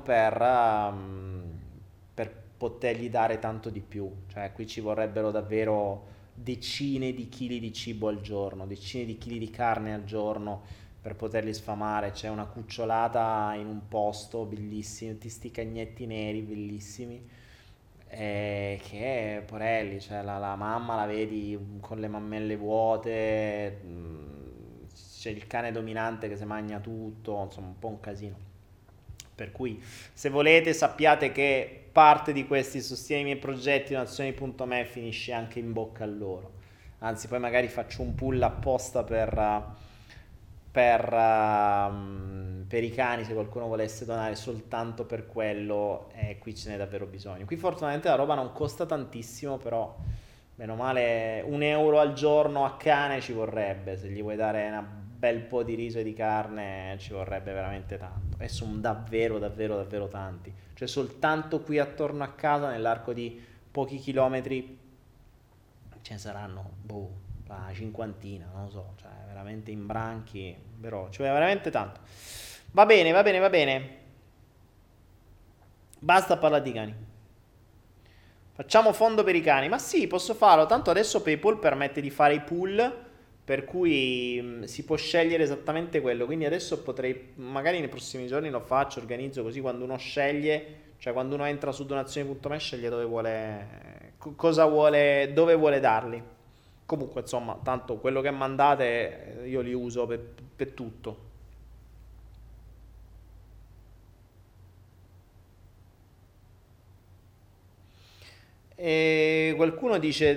per potergli dare tanto di più. Cioè, qui ci vorrebbero davvero decine di chili di cibo al giorno, decine di chili di carne al giorno per poterli sfamare. C'è una cucciolata in un posto bellissimo, tutti sti cagnetti neri bellissimi. Che porelli, cioè la mamma la vedi con le mammelle vuote, c'è il cane dominante che si mangia tutto, insomma un po' un casino. Per cui se volete sappiate che parte di questi sostieni i miei progetti donazioni.me finisce anche in bocca a loro. Anzi, poi magari faccio un pull apposta per i cani, se qualcuno volesse donare soltanto per quello, qui ce n'è davvero bisogno. Qui fortunatamente la roba non costa tantissimo, però meno male 1 euro al giorno a cane ci vorrebbe, se gli vuoi dare un bel po' di riso e di carne ci vorrebbe veramente tanto. E sono davvero, davvero, davvero tanti. Cioè soltanto qui attorno a casa, nell'arco di pochi chilometri, ce ne saranno, boh, una cinquantina, non lo so, cioè veramente in branchi, però ci vuole veramente tanto. Va bene, va bene, va bene. Basta parlare di cani. Facciamo fondo per i cani. Ma sì, posso farlo. Tanto adesso PayPal permette di fare i pool, per cui si può scegliere esattamente quello. Quindi adesso potrei, magari nei prossimi giorni lo faccio, organizzo così quando uno sceglie, cioè quando uno entra su donazioni.me sceglie dove vuole, cosa vuole, dove vuole darli. Comunque, insomma, tanto quello che mandate io li uso per tutto. E qualcuno dice: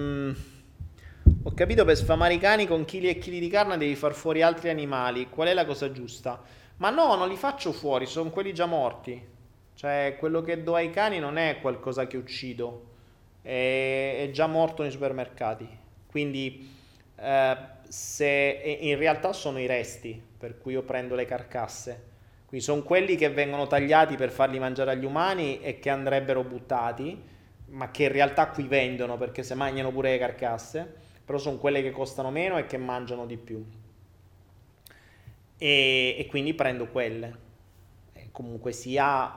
ho capito, per sfamare i cani con chili e chili di carne devi far fuori altri animali. Qual è la cosa giusta? Ma no, non li faccio fuori, sono quelli già morti. Cioè, quello che do ai cani non è qualcosa che uccido, è già morto nei supermercati. Quindi, se in realtà sono i resti, per cui io prendo le carcasse. Quindi sono quelli che vengono tagliati per farli mangiare agli umani e che andrebbero buttati, ma che in realtà qui vendono perché se mangiano pure le carcasse, però sono quelle che costano meno e che mangiano di più. E quindi prendo quelle. E comunque sia,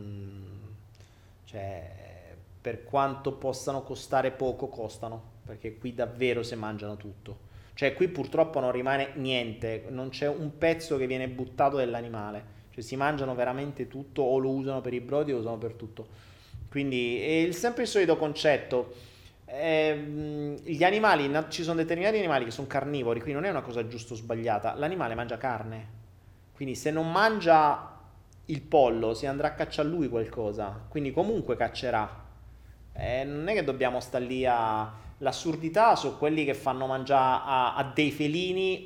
cioè, per quanto possano costare poco, costano, perché qui davvero si mangiano tutto. Cioè, qui purtroppo non rimane niente, non c'è un pezzo che viene buttato dell'animale. Cioè, si mangiano veramente tutto o lo usano per i brodi o lo usano per tutto. Quindi è sempre il solito concetto. Gli animali, ci sono determinati animali che sono carnivori, quindi non è una cosa giusta o sbagliata. L'animale mangia carne, quindi se non mangia il pollo si andrà a cacciare lui qualcosa, quindi comunque caccerà. Non è che dobbiamo stare lì a... L'assurdità su quelli che fanno mangiare a dei felini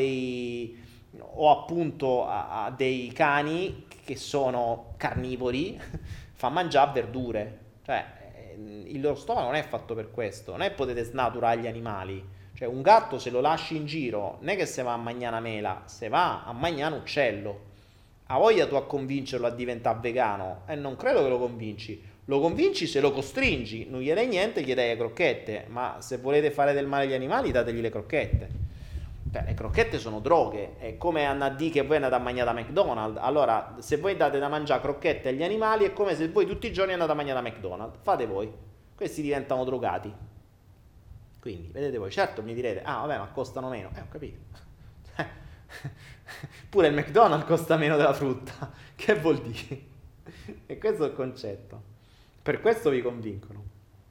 o appunto a dei cani che sono carnivori, fa mangiare verdure. Cioè, il loro stomaco non è fatto per questo. Non è che potete snaturare gli animali. Cioè, un gatto se lo lasci in giro, non è che se va a mangiare una mela, se va a mangiare un uccello. Ha voglia tu a convincerlo a diventare vegano? E non credo che lo convinci. Lo convinci se lo costringi, non gli dai niente, gli dai le crocchette. Ma se volete fare del male agli animali, dategli le crocchette. Cioè, le crocchette sono droghe, è come a dire che voi andate a mangiare da McDonald's. Allora, se voi date da mangiare crocchette agli animali, è come se voi tutti i giorni andate a mangiare da McDonald's. Fate voi. Questi diventano drogati. Quindi, vedete voi, certo mi direte, ah vabbè, ma costano meno. Ho capito. Pure il McDonald's costa meno della frutta. Che vuol dire? E questo è il concetto. Per questo vi convincono.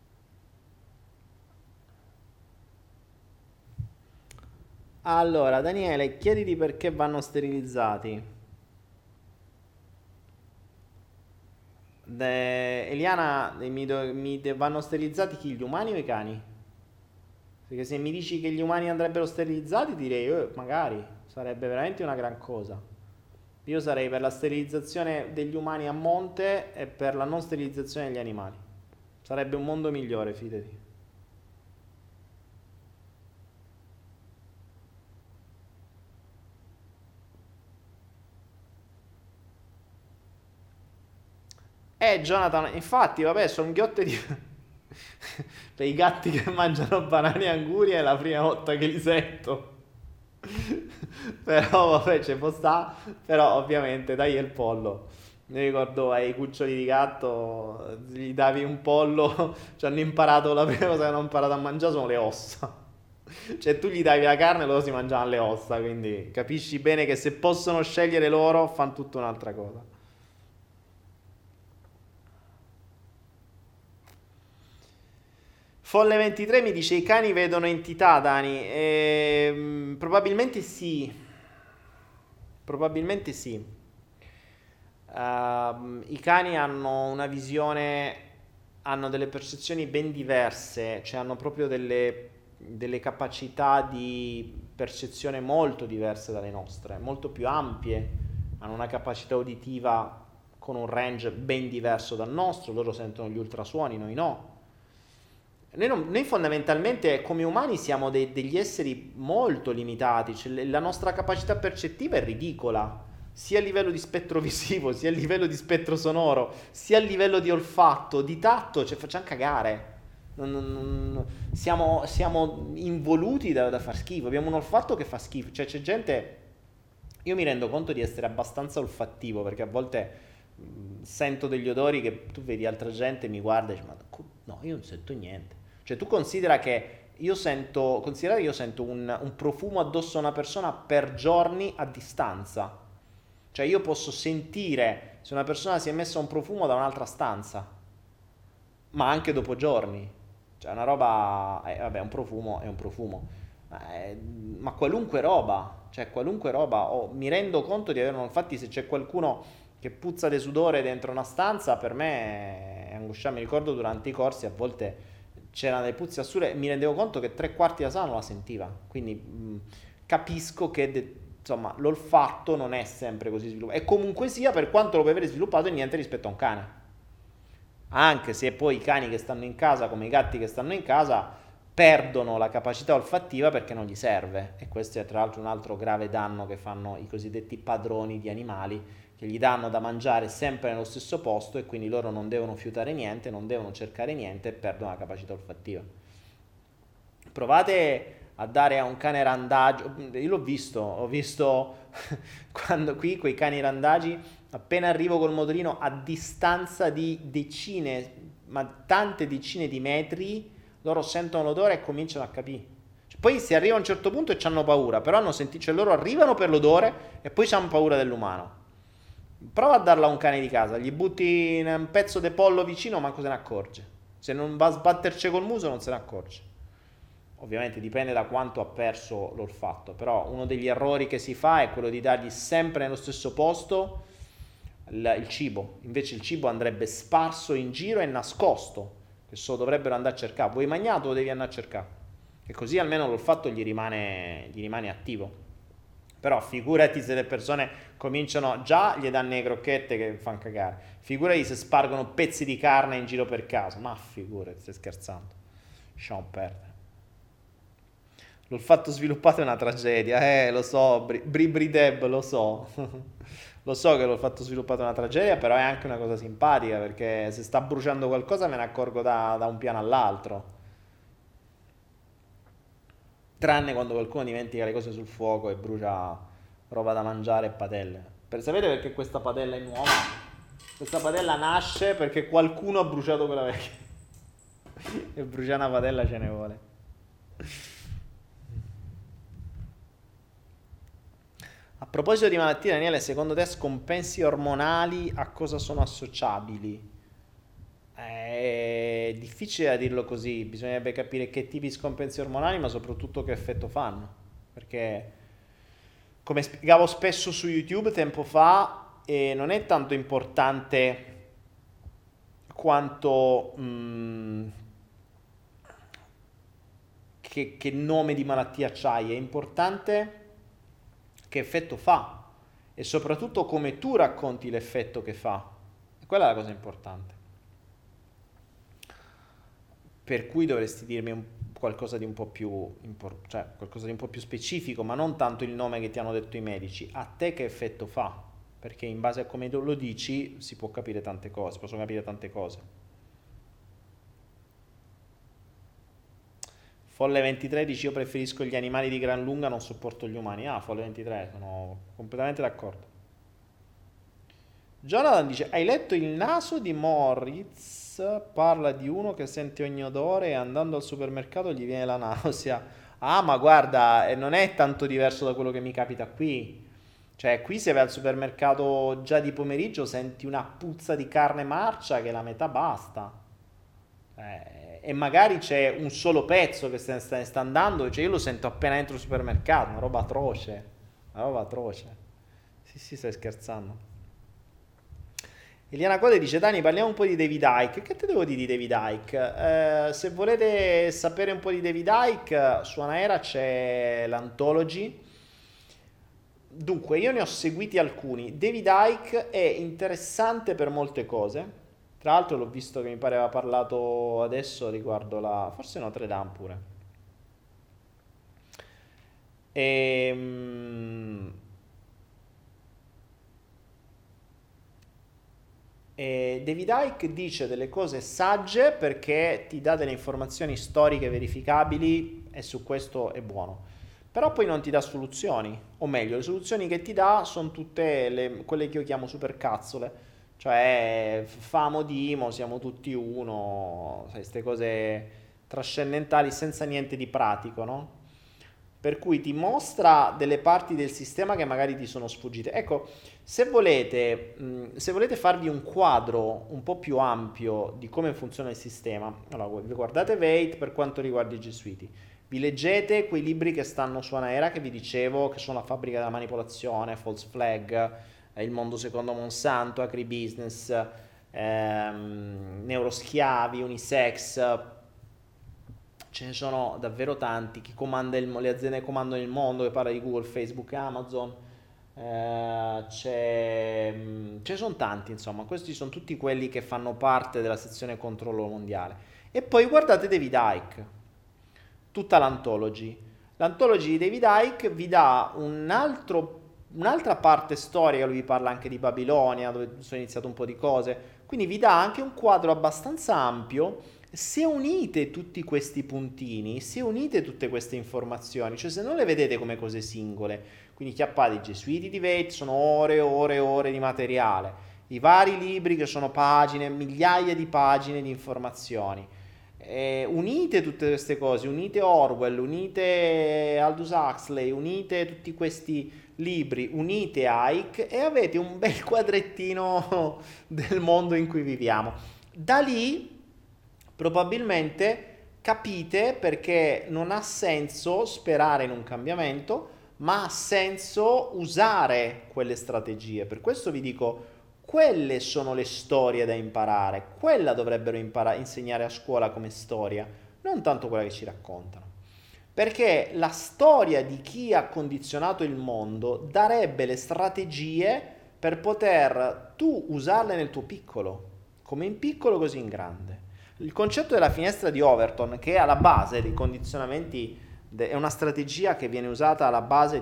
Allora, Daniele, chiediti perché vanno sterilizzati. Eliana, vanno sterilizzati chi? Gli umani o i cani? Perché se mi dici che gli umani andrebbero sterilizzati, direi, magari, sarebbe veramente una gran cosa. Io sarei per la sterilizzazione degli umani a monte e per la non sterilizzazione degli animali. Sarebbe un mondo migliore, fidati. Jonathan, infatti, vabbè, sono ghiotte di... per i gatti che mangiano banane e angurie è la prima volta che li sento. Però, vabbè, ci può sta. Però, ovviamente, dai il pollo. Mi ricordo ai cuccioli di gatto, gli davi un pollo, ci hanno imparato, la prima cosa che hanno imparato a mangiare sono le ossa. Cioè, tu gli davi la carne e loro si mangiavano le ossa, quindi capisci bene che se possono scegliere loro, fanno tutta un'altra cosa. Folle 23 mi dice i cani vedono entità, Dani. Probabilmente sì. Probabilmente sì. I cani hanno una visione, hanno delle percezioni ben diverse, cioè hanno proprio delle capacità di percezione molto diverse dalle nostre, molto più ampie, hanno una capacità uditiva con un range ben diverso dal nostro, loro sentono gli ultrasuoni, noi no. Noi fondamentalmente come umani siamo degli esseri molto limitati, cioè la nostra capacità percettiva è ridicola, sia a livello di spettro visivo, sia a livello di spettro sonoro, sia a livello di olfatto, di tatto, cioè facciamo cagare. Siamo involuti da far schifo, abbiamo un olfatto che fa schifo, cioè c'è gente, io mi rendo conto di essere abbastanza olfattivo perché a volte sento degli odori che tu vedi altra gente e mi guarda e dici, ma no, io non sento niente. Cioè tu considerate che io sento un profumo addosso a una persona per giorni a distanza. Cioè io posso sentire se una persona si è messa un profumo da un'altra stanza, ma anche dopo giorni. Cioè una roba, vabbè, un profumo è un profumo, ma qualunque roba, cioè qualunque roba, mi rendo conto di avere, infatti se c'è qualcuno che puzza di sudore dentro una stanza, per me è angosciante. Mi ricordo durante i corsi a volte c'erano delle puzze assurde e mi rendevo conto che tre quarti della sala non la sentiva, quindi capisco che insomma l'olfatto non è sempre così sviluppato e comunque sia per quanto lo puoi avere sviluppato è niente rispetto a un cane, anche se poi i cani che stanno in casa come i gatti che stanno in casa perdono la capacità olfattiva perché non gli serve e questo è tra l'altro un altro grave danno che fanno i cosiddetti padroni di animali che gli danno da mangiare sempre nello stesso posto e quindi loro non devono fiutare niente, non devono cercare niente e perdono la capacità olfattiva. Provate a dare a un cane randagio, io l'ho visto, ho visto quando qui quei cani randagi, appena arrivo col motorino a distanza di decine, ma tante decine di metri, loro sentono l'odore e cominciano a capire. Cioè, poi si arriva a un certo punto e hanno paura, però hanno sentito, cioè loro arrivano per l'odore e poi hanno paura dell'umano. Prova a darla a un cane di casa, gli butti un pezzo di pollo vicino, manco se ne accorge. Se non va a sbatterci col muso non se ne accorge. Ovviamente dipende da quanto ha perso l'olfatto, però uno degli errori che si fa è quello di dargli sempre nello stesso posto il cibo. Invece il cibo andrebbe sparso in giro e nascosto, che so dovrebbero andare a cercare. Vuoi mangiato lo devi andare a cercare. E così almeno l'olfatto gli rimane attivo. Però figurati se le persone cominciano, già gli danno le crocchette che fanno cagare. Figurati se spargono pezzi di carne in giro per casa. Ma figurati, stai scherzando. Lasciamo perdere. L'olfatto sviluppato è una tragedia, lo so, Deb, lo so. Lo so che l'olfatto sviluppato è una tragedia, però è anche una cosa simpatica, perché se sta bruciando qualcosa me ne accorgo da un piano all'altro. Tranne quando qualcuno dimentica le cose sul fuoco e brucia roba da mangiare e padelle. Sapete perché questa padella è nuova? Questa padella nasce perché qualcuno ha bruciato quella vecchia. E bruciare una padella ce ne vuole. A proposito di malattie, Daniele, secondo te scompensi ormonali a cosa sono associabili? È difficile da dirlo così, bisognerebbe capire che tipi di scompensi ormonali, ma soprattutto che effetto fanno. Perché, come spiegavo spesso su YouTube tempo fa, non è tanto importante quanto che nome di malattia c'hai, è importante che effetto fa e soprattutto come tu racconti l'effetto che fa. E quella è la cosa importante. Per cui dovresti dirmi qualcosa di un po' più cioè qualcosa di un po' più specifico, ma non tanto il nome che ti hanno detto i medici, a te che effetto fa? Perché in base a come lo dici si può capire tante cose, possono capire tante cose. Folle 23 dici io preferisco gli animali di gran lunga, non sopporto gli umani. Ah, Folle 23, sono completamente d'accordo. Jonathan dice, hai letto il naso di Moritz? Parla di uno che sente ogni odore e andando al supermercato gli viene la nausea. Ah, ma guarda, non è tanto diverso da quello che mi capita qui. Cioè, qui se vai al supermercato già di pomeriggio senti una puzza di carne marcia che la metà basta. e magari c'è un solo pezzo che sta andando, cioè io lo sento appena entro il supermercato, una roba atroce, una roba atroce. Sì, sì, stai scherzando. Eliana Code dice: Dani, parliamo un po' di David Icke. Che te devo dire di David Icke? Se volete sapere un po' di David Icke, su Anaera c'è l'Anthology. Dunque, io ne ho seguiti alcuni. David Icke è interessante per molte cose. Tra l'altro, l'ho visto che mi pare aveva parlato adesso riguardo la. Forse Notre Dame pure. Ehm. E David Icke dice delle cose sagge perché ti dà delle informazioni storiche verificabili e su questo è buono. Però poi non ti dà soluzioni, o meglio, le soluzioni che ti dà sono tutte quelle che io chiamo supercazzole, cioè famo dimo, siamo tutti uno, sai, queste cose trascendentali senza niente di pratico, no? Per cui ti mostra delle parti del sistema che magari ti sono sfuggite. Ecco, se volete farvi un quadro un po' più ampio di come funziona il sistema, allora voi vi guardate Veit per quanto riguarda i Gesuiti, vi leggete quei libri che stanno su Anaera che vi dicevo, che sono La fabbrica della manipolazione, False Flag, Il mondo secondo Monsanto, Agribusiness, Neuroschiavi, Unisex, ce ne sono davvero tanti, chi comanda le aziende che comandano il mondo, che parla di Google, Facebook, Amazon, ce ne sono tanti, insomma, questi sono tutti quelli che fanno parte della sezione controllo mondiale. E poi guardate David Icke, tutta l'Anthology. L'Anthology di David Icke vi dà un'altra parte storica, lui vi parla anche di Babilonia, dove sono iniziate un po' di cose, quindi vi dà anche un quadro abbastanza ampio. Se unite tutti questi puntini, se unite tutte queste informazioni, cioè se non le vedete come cose singole, quindi chiappate i Gesuiti di Veit, sono ore e ore e ore di materiale, i vari libri che sono pagine, migliaia di pagine di informazioni. Unite tutte queste cose, unite Orwell, unite Aldous Huxley, unite tutti questi libri, unite Icke e avete un bel quadrettino del mondo in cui viviamo. Da lì probabilmente capite perché non ha senso sperare in un cambiamento, ma ha senso usare quelle strategie. Per questo vi dico, quelle sono le storie da imparare, quella dovrebbero insegnare a scuola come storia, non tanto quella che ci raccontano. Perché la storia di chi ha condizionato il mondo darebbe le strategie per poter tu usarle nel tuo piccolo, come in piccolo così in grande. Il concetto della finestra di Overton, che è alla base dei condizionamenti, è una strategia che viene usata alla base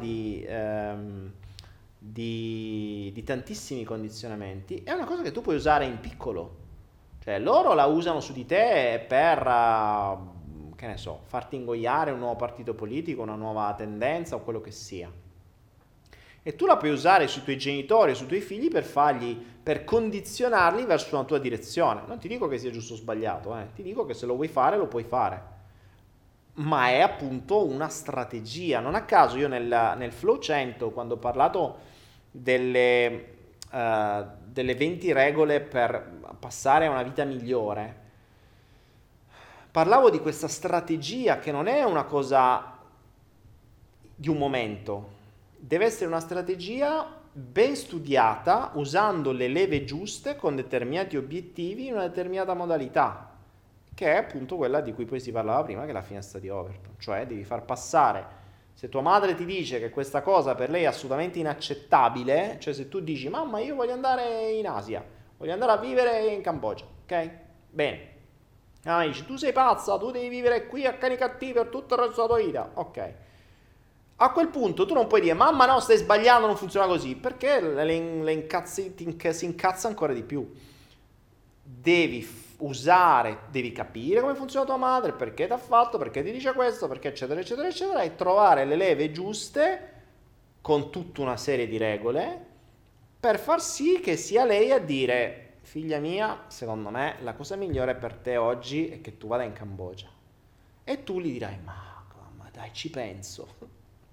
di tantissimi condizionamenti, è una cosa che tu puoi usare in piccolo. Cioè loro la usano su di te per, che ne so, farti ingoiare un nuovo partito politico, una nuova tendenza o quello che sia. E tu la puoi usare sui tuoi genitori, sui tuoi figli per condizionarli verso una tua direzione. Non ti dico che sia giusto o sbagliato, ti dico che se lo vuoi fare lo puoi fare. Ma è appunto una strategia. Non a caso io nel Flow 100, quando ho parlato delle 20 regole per passare a una vita migliore, parlavo di questa strategia che non è una cosa di un momento. Deve essere una strategia ben studiata, usando le leve giuste con determinati obiettivi in una determinata modalità, che è appunto quella di cui poi si parlava prima, che è la finestra di Overton. Cioè devi far passare, se tua madre ti dice che questa cosa per lei è assolutamente inaccettabile, cioè se tu dici mamma io voglio andare in Asia, voglio andare a vivere in Cambogia, ok? Bene. Ah, dici tu sei pazza, tu devi vivere qui a Canicattì per tutto il resto della tua vita, ok? A quel punto tu non puoi dire mamma no stai sbagliando, non funziona così, perché si incazza ancora di più. Devi capire come funziona tua madre, perché ti ha fatto, perché ti dice questo, perché eccetera eccetera eccetera, e trovare le leve giuste con tutta una serie di regole per far sì che sia lei a dire figlia mia, secondo me la cosa migliore per te oggi è che tu vada in Cambogia. E tu gli dirai ma dai ci penso.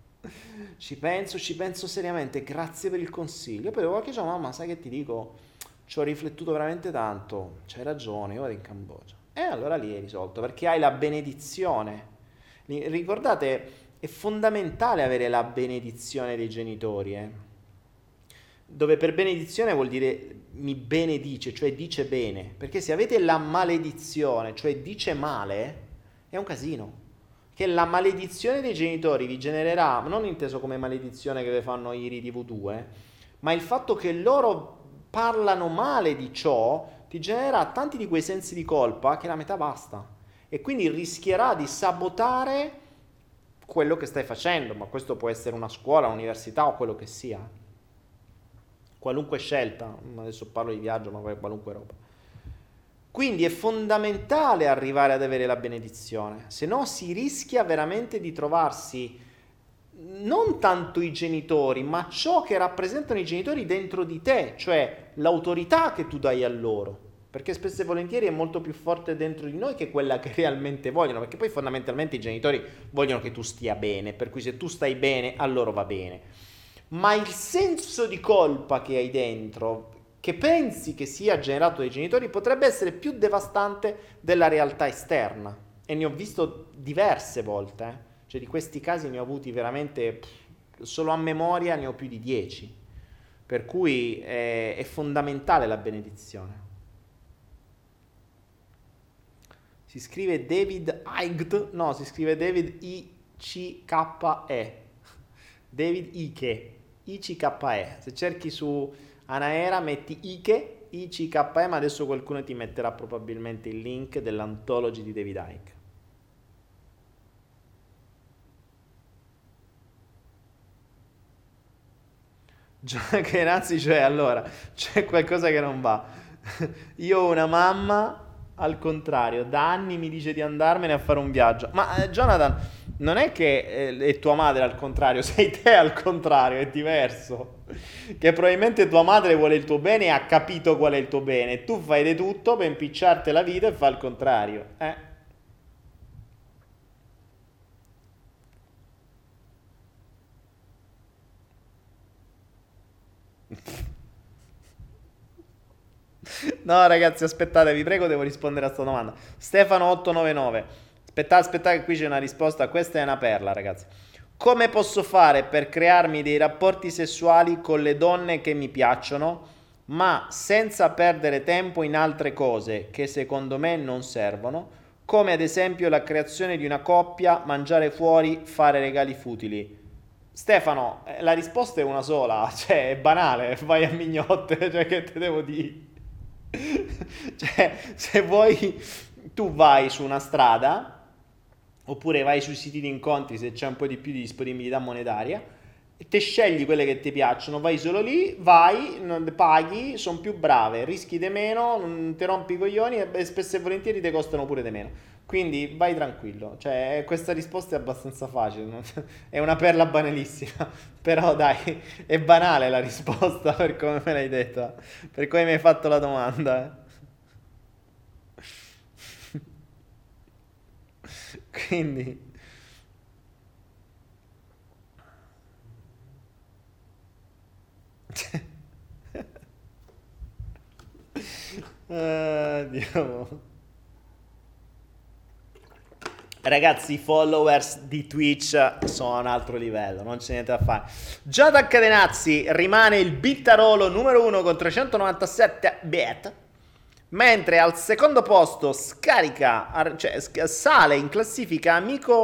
Ci penso seriamente, grazie per il consiglio. E poi qualche giorno, mamma, sai che ti dico? Ci ho riflettuto veramente tanto, c'hai ragione, io vado in Cambogia. E allora lì è risolto, perché hai la benedizione. Ricordate, è fondamentale avere la benedizione dei genitori, dove per benedizione vuol dire mi benedice, cioè dice bene, perché se avete la maledizione, cioè dice male, è un casino. Che la maledizione dei genitori vi genererà, non inteso come maledizione che vi fanno i riti voodoo, ma il fatto che loro parlano male di ciò ti genererà tanti di quei sensi di colpa che la metà basta. E quindi rischierà di sabotare quello che stai facendo, ma questo può essere una scuola, un'università o quello che sia. Qualunque scelta, adesso parlo di viaggio, ma qualunque roba. Quindi è fondamentale arrivare ad avere la benedizione, se no si rischia veramente di trovarsi non tanto i genitori, ma ciò che rappresentano i genitori dentro di te, cioè l'autorità che tu dai a loro. Perché spesso e volentieri è molto più forte dentro di noi che quella che realmente vogliono, perché poi fondamentalmente i genitori vogliono che tu stia bene, per cui se tu stai bene, a loro va bene. Ma il senso di colpa che hai dentro, che pensi che sia generato dai genitori, potrebbe essere più devastante della realtà esterna. E ne ho visto diverse volte, Cioè di questi casi ne ho avuti veramente, solo a memoria ne ho più di 10. Per cui è fondamentale la benedizione. Si scrive David Icke, no, si scrive David I-C-K-E. David Icke, I-C-K-E. Se cerchi su Anaera metti Ike, I-C-K-E, ma adesso qualcuno ti metterà probabilmente il link dell'antology di David Icke. Che nazi, cioè, allora, c'è qualcosa che non va. Io ho una mamma, al contrario, da anni mi dice di andarmene a fare un viaggio. Ma Jonathan, non è che è tua madre al contrario, sei te al contrario, è diverso. Che probabilmente tua madre vuole il tuo bene e ha capito qual è il tuo bene. E tu fai di tutto per impicciarti la vita e fa il contrario. No, ragazzi, aspettate, vi prego, devo rispondere a questa domanda. Stefano 899. Aspettate, che qui c'è una risposta. Questa è una perla, ragazzi. Come posso fare per crearmi dei rapporti sessuali con le donne che mi piacciono, ma senza perdere tempo in altre cose che secondo me non servono, come ad esempio la creazione di una coppia, mangiare fuori, fare regali futili? Stefano, la risposta è una sola, cioè è banale, vai a mignotte, cioè che te devo dire? Cioè, se vuoi, tu vai su una strada, oppure vai sui siti di incontri se c'è un po' di più di disponibilità monetaria, e te scegli quelle che ti piacciono, vai solo lì, vai, paghi, sono più brave, rischi di meno, non ti rompi i coglioni e spesso e volentieri ti costano pure di meno. Quindi vai tranquillo, cioè questa risposta è abbastanza facile, è una perla banalissima, però dai, è banale la risposta per come me l'hai detta, per come mi hai fatto la domanda. Quindi, Dio. Ragazzi, i followers di Twitch sono a un altro livello, non c'è niente da fare. Jonathan Cadenazzi rimane il bittarolo numero 1 con 397 bit, mentre al secondo posto sale in classifica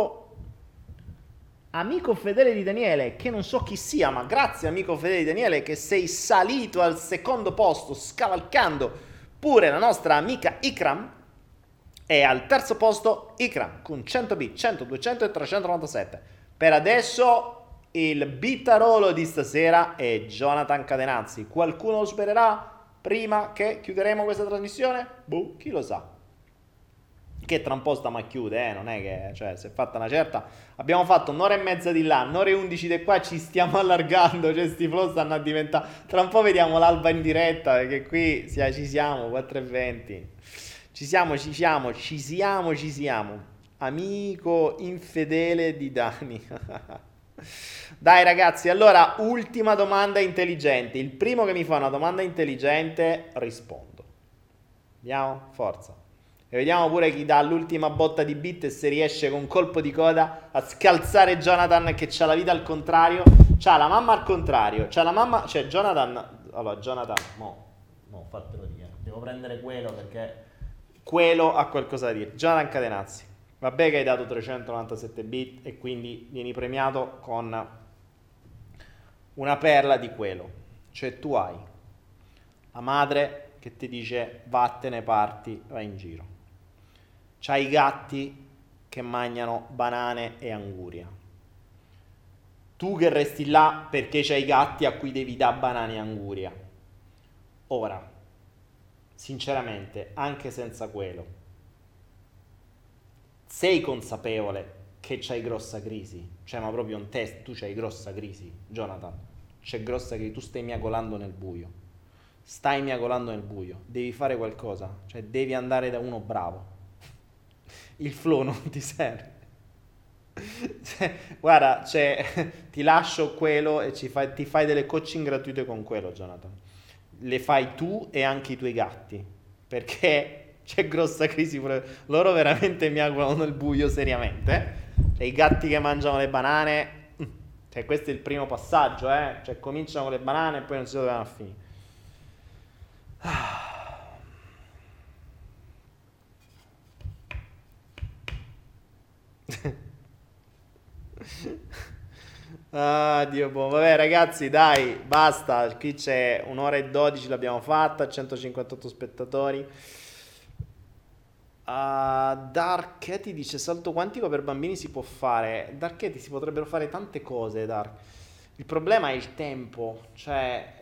amico fedele di Daniele, che non so chi sia, ma grazie amico fedele di Daniele che sei salito al secondo posto, scavalcando pure la nostra amica Ikram. E al terzo posto Ikram con 100 bit, 100, 200 e 397. Per adesso il bitarolo di stasera è Jonathan Cadenazzi. Qualcuno lo supererà prima che chiuderemo questa trasmissione? Boh, chi lo sa. Che tra un po' stiamo a chiudere, non è che, cioè, si è fatta una certa. Abbiamo fatto un'ora e mezza di là, un'ora e 11 di qua, ci stiamo allargando, cioè sti flow stanno a diventare. Tra un po' vediamo l'alba in diretta, perché qui ci siamo, 4:20. Ci siamo. Amico infedele di Dani. Dai ragazzi, allora, ultima domanda intelligente. Il primo che mi fa una domanda intelligente, rispondo. Andiamo? Forza. E vediamo pure chi dà l'ultima botta di bit e se riesce con un colpo di coda a scalzare Jonathan che c'ha la vita al contrario. C'ha la mamma al contrario. C'ha la mamma... Cioè Jonathan... Allora Jonathan... Mo fatelo dire. Devo prendere quello perché... Quello ha qualcosa da dire. Jonathan Cadenazzi. Vabbè che hai dato 397 bit e quindi vieni premiato con una perla di quello. Cioè tu hai la madre che ti dice vattene parti, vai in giro. C'hai i gatti che mangiano banane e anguria. Tu che resti là perché c'hai i gatti a cui devi dare banane e anguria. Ora, sinceramente, anche senza quello, sei consapevole che c'hai grossa crisi? Cioè, ma proprio un test, tu c'hai grossa crisi, Jonathan. C'è grossa crisi, tu stai miagolando nel buio. Stai miagolando nel buio, devi fare qualcosa, cioè devi andare da uno bravo. Il flow non ti serve. Guarda, cioè, ti lascio quello e ti fai delle coaching gratuite con quello, Jonathan. Le fai tu e anche i tuoi gatti, perché c'è grossa crisi pure. Loro veramente miagolano nel buio seriamente. Cioè, i gatti che mangiano le banane, cioè questo è il primo passaggio, eh? Cioè cominciano con le banane e poi non si so dove vanno a finire. Ah, Dio buono. Vabbè, ragazzi, dai, basta. Qui c'è un'ora e 12, l'abbiamo fatta. 158 spettatori. Dark dice salto quantico per bambini si può fare. Dark si potrebbero fare tante cose, Dark. Il problema è il tempo. Cioè,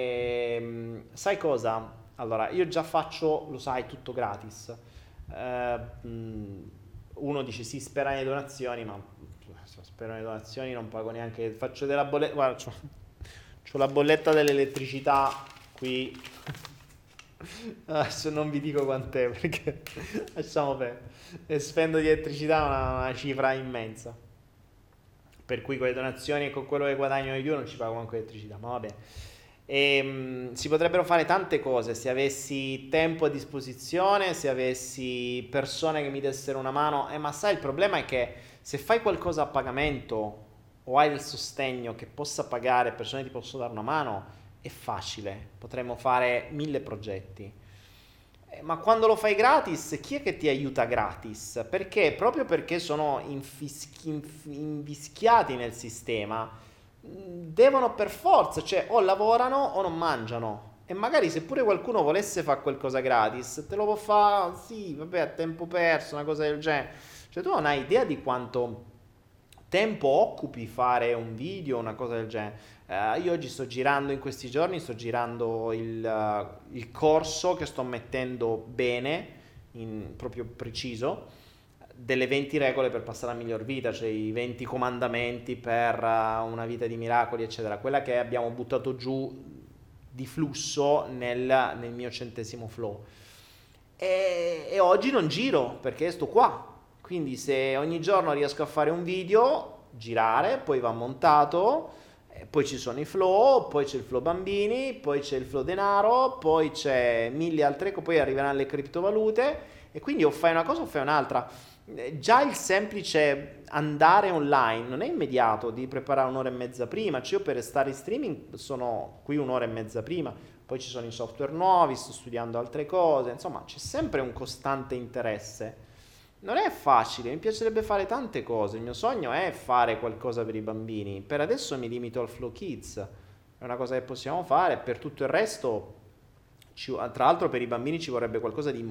sai cosa? Allora, io già faccio, lo sai, tutto gratis. Eh, mh, Uno dice sì, spera nelle donazioni, ma spero nelle donazioni, non pago neanche. Faccio della bolletta. Guarda, c'ho la bolletta dell'elettricità qui. Adesso non vi dico quant'è perché lasciamo perdere. E spendo di elettricità una cifra immensa. Per cui con le donazioni e con quello che guadagno di più non ci pago manco elettricità, ma vabbè. Si potrebbero fare tante cose se avessi tempo a disposizione, se avessi persone che mi dessero una mano. Ma sai, il problema è che se fai qualcosa a pagamento o hai del sostegno che possa pagare, persone che ti possono dare una mano, è facile. Potremmo fare 1000 progetti. Ma quando lo fai gratis, chi è che ti aiuta gratis? Perché? Proprio perché sono invischiati nel sistema, devono per forza, cioè o lavorano o non mangiano. E magari se pure qualcuno volesse fare qualcosa gratis, te lo può fare, sì, vabbè, a tempo perso, una cosa del genere. Cioè tu non hai idea di quanto tempo occupi fare un video, una cosa del genere. Io oggi sto girando, in questi giorni sto girando il corso che sto mettendo bene, proprio preciso, delle 20 regole per passare la miglior vita, cioè i 20 comandamenti per una vita di miracoli, eccetera. Quella che abbiamo buttato giù di flusso nel mio 100° flow. E oggi non giro perché sto qua. Quindi se ogni giorno riesco a fare un video, girare, poi va montato, poi ci sono i flow, poi c'è il flow bambini, poi c'è il flow denaro, poi c'è mille altre cose, poi arriveranno le criptovalute e quindi o fai una cosa o fai un'altra. Già il semplice andare online non è immediato, devi preparare un'ora e mezza prima, cioè io per stare in streaming sono qui un'ora e mezza prima, poi ci sono i software nuovi, sto studiando altre cose, insomma c'è sempre un costante interesse. Non è facile, mi piacerebbe fare tante cose, il mio sogno è fare qualcosa per i bambini, per adesso mi limito al Flow Kids, è una cosa che possiamo fare, per tutto il resto, tra l'altro per i bambini ci vorrebbe qualcosa di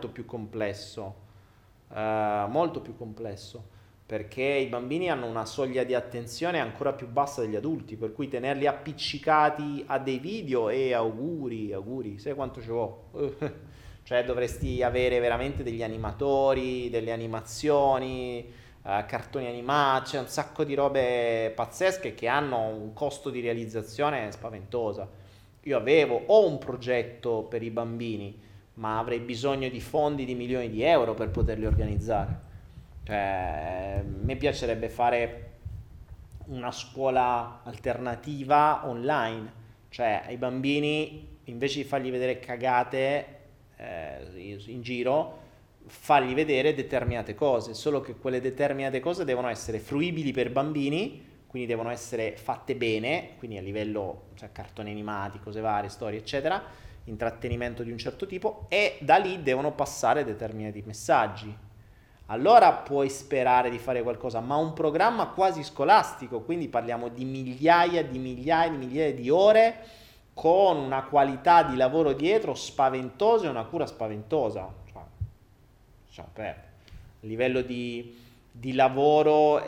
molto più complesso, perché i bambini hanno una soglia di attenzione ancora più bassa degli adulti, per cui tenerli appiccicati a dei video e auguri, sai quanto ci vuole? Cioè dovresti avere veramente degli animatori, delle animazioni, cartoni animati, c'è un sacco di robe pazzesche che hanno un costo di realizzazione spaventosa. Ho un progetto per i bambini, ma avrei bisogno di fondi di milioni di euro per poterli organizzare. Cioè, mi piacerebbe fare una scuola alternativa online, cioè ai bambini invece di fargli vedere cagate in giro, fargli vedere determinate cose, solo che quelle determinate cose devono essere fruibili per bambini, quindi devono essere fatte bene, quindi a livello, cioè, cartoni animati, cose varie, storie, eccetera, intrattenimento di un certo tipo, e da lì devono passare determinati messaggi. Allora puoi sperare di fare qualcosa, ma un programma quasi scolastico, quindi parliamo di migliaia di ore con una qualità di lavoro dietro spaventosa e una cura spaventosa. Cioè, a livello di lavoro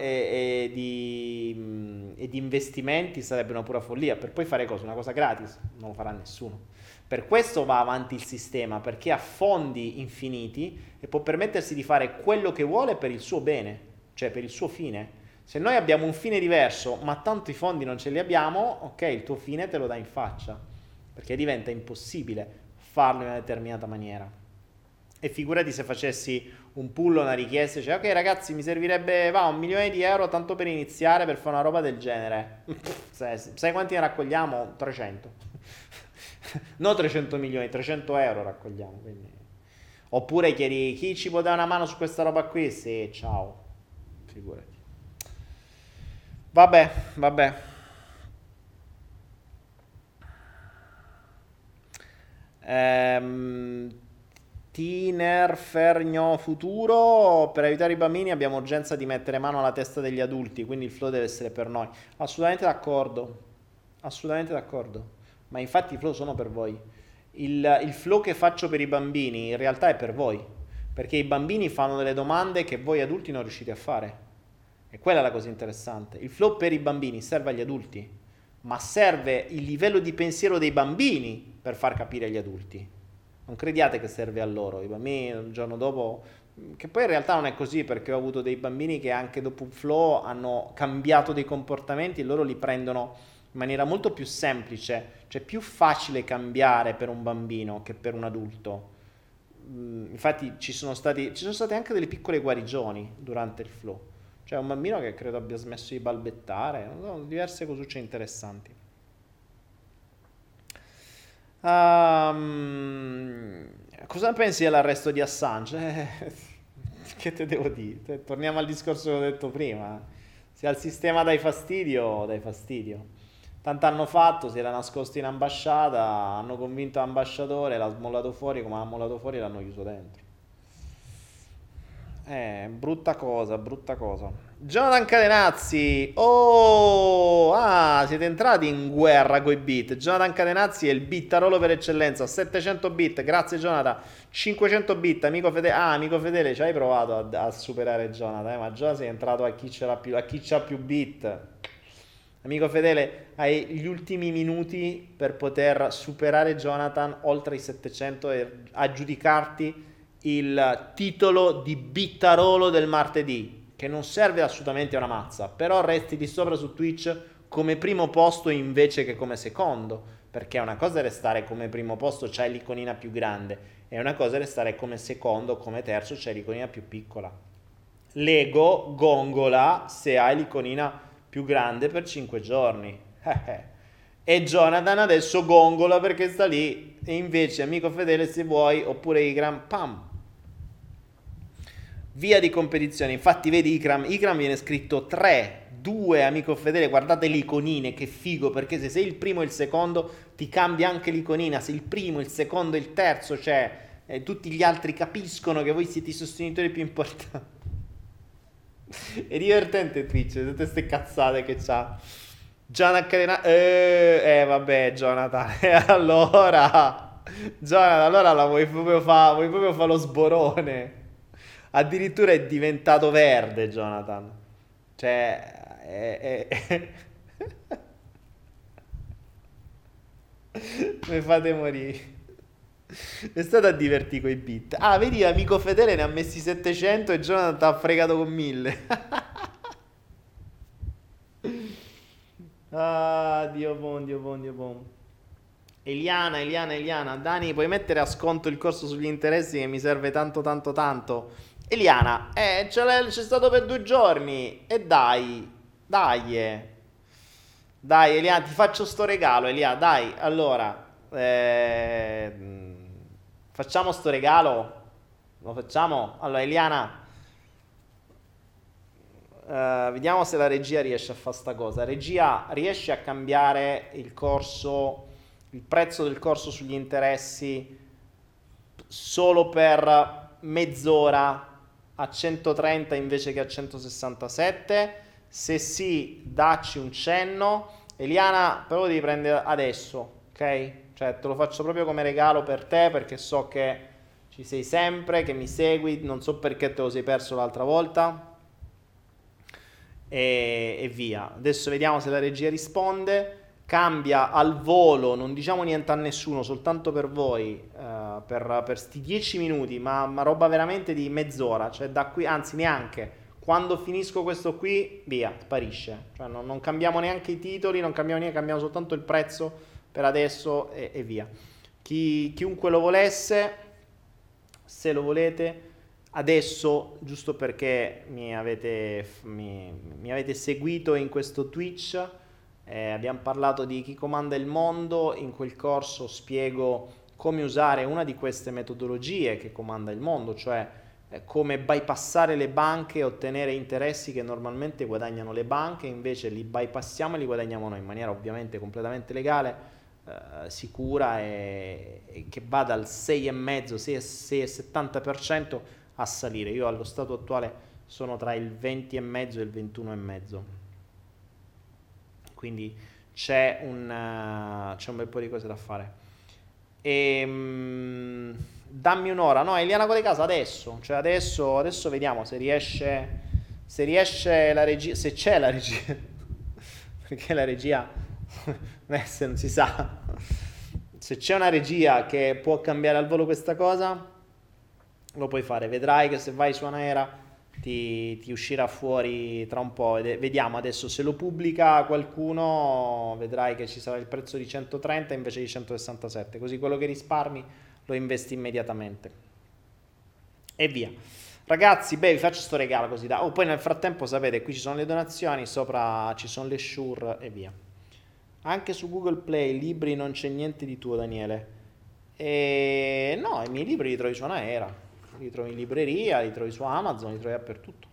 e di investimenti sarebbe una pura follia. Per poi fare cosa? Una cosa gratis? Non lo farà nessuno. Per questo va avanti il sistema, perché ha fondi infiniti e può permettersi di fare quello che vuole per il suo bene, cioè per il suo fine. Se noi abbiamo un fine diverso, ma tanto i fondi non ce li abbiamo, ok, il tuo fine te lo dà in faccia, perché diventa impossibile farlo in una determinata maniera. E figurati se facessi un pull, una richiesta, cioè ok ragazzi mi servirebbe 1 milione di euro tanto per iniziare per fare una roba del genere. Sai quanti ne raccogliamo? 300. No 300 milioni, 300 euro raccogliamo. Quindi. Oppure chiedi chi ci può dare una mano su questa roba qui? Sì, ciao. Figurati. Vabbè. Ehm, Tiner Fernio Futuro, per aiutare i bambini abbiamo urgenza di mettere mano alla testa degli adulti, quindi il flow deve essere per noi. Assolutamente d'accordo. Ma infatti i flow sono per voi. Il flow che faccio per i bambini in realtà è per voi, perché i bambini fanno delle domande che voi adulti non riuscite a fare. E quella è la cosa interessante. Il flow per i bambini serve agli adulti, ma serve il livello di pensiero dei bambini per far capire agli adulti. Non crediate che serve a loro. I bambini il giorno dopo, che poi in realtà non è così, perché ho avuto dei bambini che anche dopo un flow hanno cambiato dei comportamenti e loro li prendono in maniera molto più semplice, cioè più facile cambiare per un bambino che per un adulto. Infatti ci sono state anche delle piccole guarigioni durante il flow. Cioè un bambino che credo abbia smesso di balbettare, non so, diverse cosucce interessanti. Ehm, Cosa pensi dell'arresto di Assange? Che te devo dire? Torniamo al discorso che ho detto prima. Se al sistema dai fastidio, dai fastidio. Tanto hanno fatto, si era nascosto in ambasciata, hanno convinto l'ambasciatore, l'ha smollato fuori, come l'ha mollato fuori l'hanno chiuso dentro. Brutta cosa, brutta cosa. Jonathan Cadenazzi, siete entrati in guerra coi bit. Jonathan Cadenazzi è il bittarolo per eccellenza, 700 bit, grazie Jonathan. 500 bit, amico fedele, ci hai provato a superare Jonathan, ma già sei entrato a chi ce l'ha più, a chi c'ha più bit. Amico fedele, hai gli ultimi minuti per poter superare Jonathan oltre i 700 e aggiudicarti il titolo di bittarolo del martedì, che non serve assolutamente a una mazza, però resti di sopra su Twitch come primo posto invece che come secondo, perché una cosa è restare come primo posto, c'hai l'iconina più grande, e una cosa è restare come secondo, come terzo, c'hai l'iconina più piccola. Lego gongola se hai l'iconina più grande per 5 giorni. E Jonathan adesso gongola perché sta lì. E invece, amico fedele, se vuoi, oppure Ikram, pam, via di competizione. Infatti, vedi Ikram viene scritto 3, 2, amico fedele. Guardate le iconine, che figo. Perché se sei il primo e il secondo, ti cambia anche l'iconina. Se il primo, il secondo e il terzo, cioè tutti gli altri capiscono che voi siete i sostenitori più importanti. È divertente Twitch, tutte queste cazzate che c'ha. Vabbè, Jonathan. Allora la vuoi proprio fare lo sborone. Addirittura è diventato verde, Jonathan. Cioè, mi fate morire. È stato a divertire coi beat. Ah, vedi, amico fedele ne ha messi 700 e Jonathan t'ha fregato con 1000. Ah, Dio buon, Dio buon, Dio buon. Eliana. Dani, puoi mettere a sconto il corso sugli interessi che mi serve tanto, tanto, tanto. Eliana, c'è stato per 2 giorni. E dai. Dai, Eliana, ti faccio sto regalo, Eliana, dai. Allora, facciamo sto regalo. Lo facciamo? Allora, Eliana, vediamo se la regia riesce a fare sta cosa. Regia, riesce a cambiare il corso, il prezzo del corso sugli interessi solo per mezz'ora a 130 invece che a 167? Se sì, dacci un cenno. Eliana, però lo devi prendere adesso, ok? Cioè, te lo faccio proprio come regalo per te perché so che ci sei sempre, che mi segui, non so perché te lo sei perso l'altra volta. E via. Adesso vediamo se la regia risponde. Cambia al volo, non diciamo niente a nessuno, soltanto per voi, per sti 10 minuti, ma roba veramente di mezz'ora, cioè da qui, anzi neanche. Quando finisco questo qui, via, sparisce. Cioè non cambiamo neanche i titoli, non cambiamo niente, cambiamo soltanto il prezzo per adesso e via. Chiunque lo volesse, se lo volete, adesso, giusto perché mi avete seguito in questo Twitch, abbiamo parlato di chi comanda il mondo. In quel corso spiego come usare una di queste metodologie che comanda il mondo, cioè come bypassare le banche e ottenere interessi che normalmente guadagnano le banche, invece li bypassiamo e li guadagniamo noi in maniera ovviamente completamente legale, sicura e che va dal 6,5, 6,70% a salire. Io allo stato attuale sono tra il 20,5 e il 21,5. Quindi c'è un bel po' di cose da fare. Dammi un'ora, no, Eliana Con Casa adesso, cioè adesso vediamo se riesce la regia, se c'è la regia, perché la regia, adesso non si sa, se c'è una regia che può cambiare al volo questa cosa, lo puoi fare, vedrai che se vai su Anaera ti uscirà fuori tra un po'. Vediamo adesso se lo pubblica qualcuno, vedrai che ci sarà il prezzo di 130 invece di 167, così quello che risparmi lo investi immediatamente e via. Ragazzi, beh, vi faccio sto regalo così da. Poi nel frattempo sapete, qui ci sono le donazioni, sopra ci sono le Shure e via. Anche su Google Play libri non c'è niente di tuo, Daniele. No, i miei libri li trovi su Anaera, li trovi in libreria, li trovi su Amazon, li trovi dappertutto.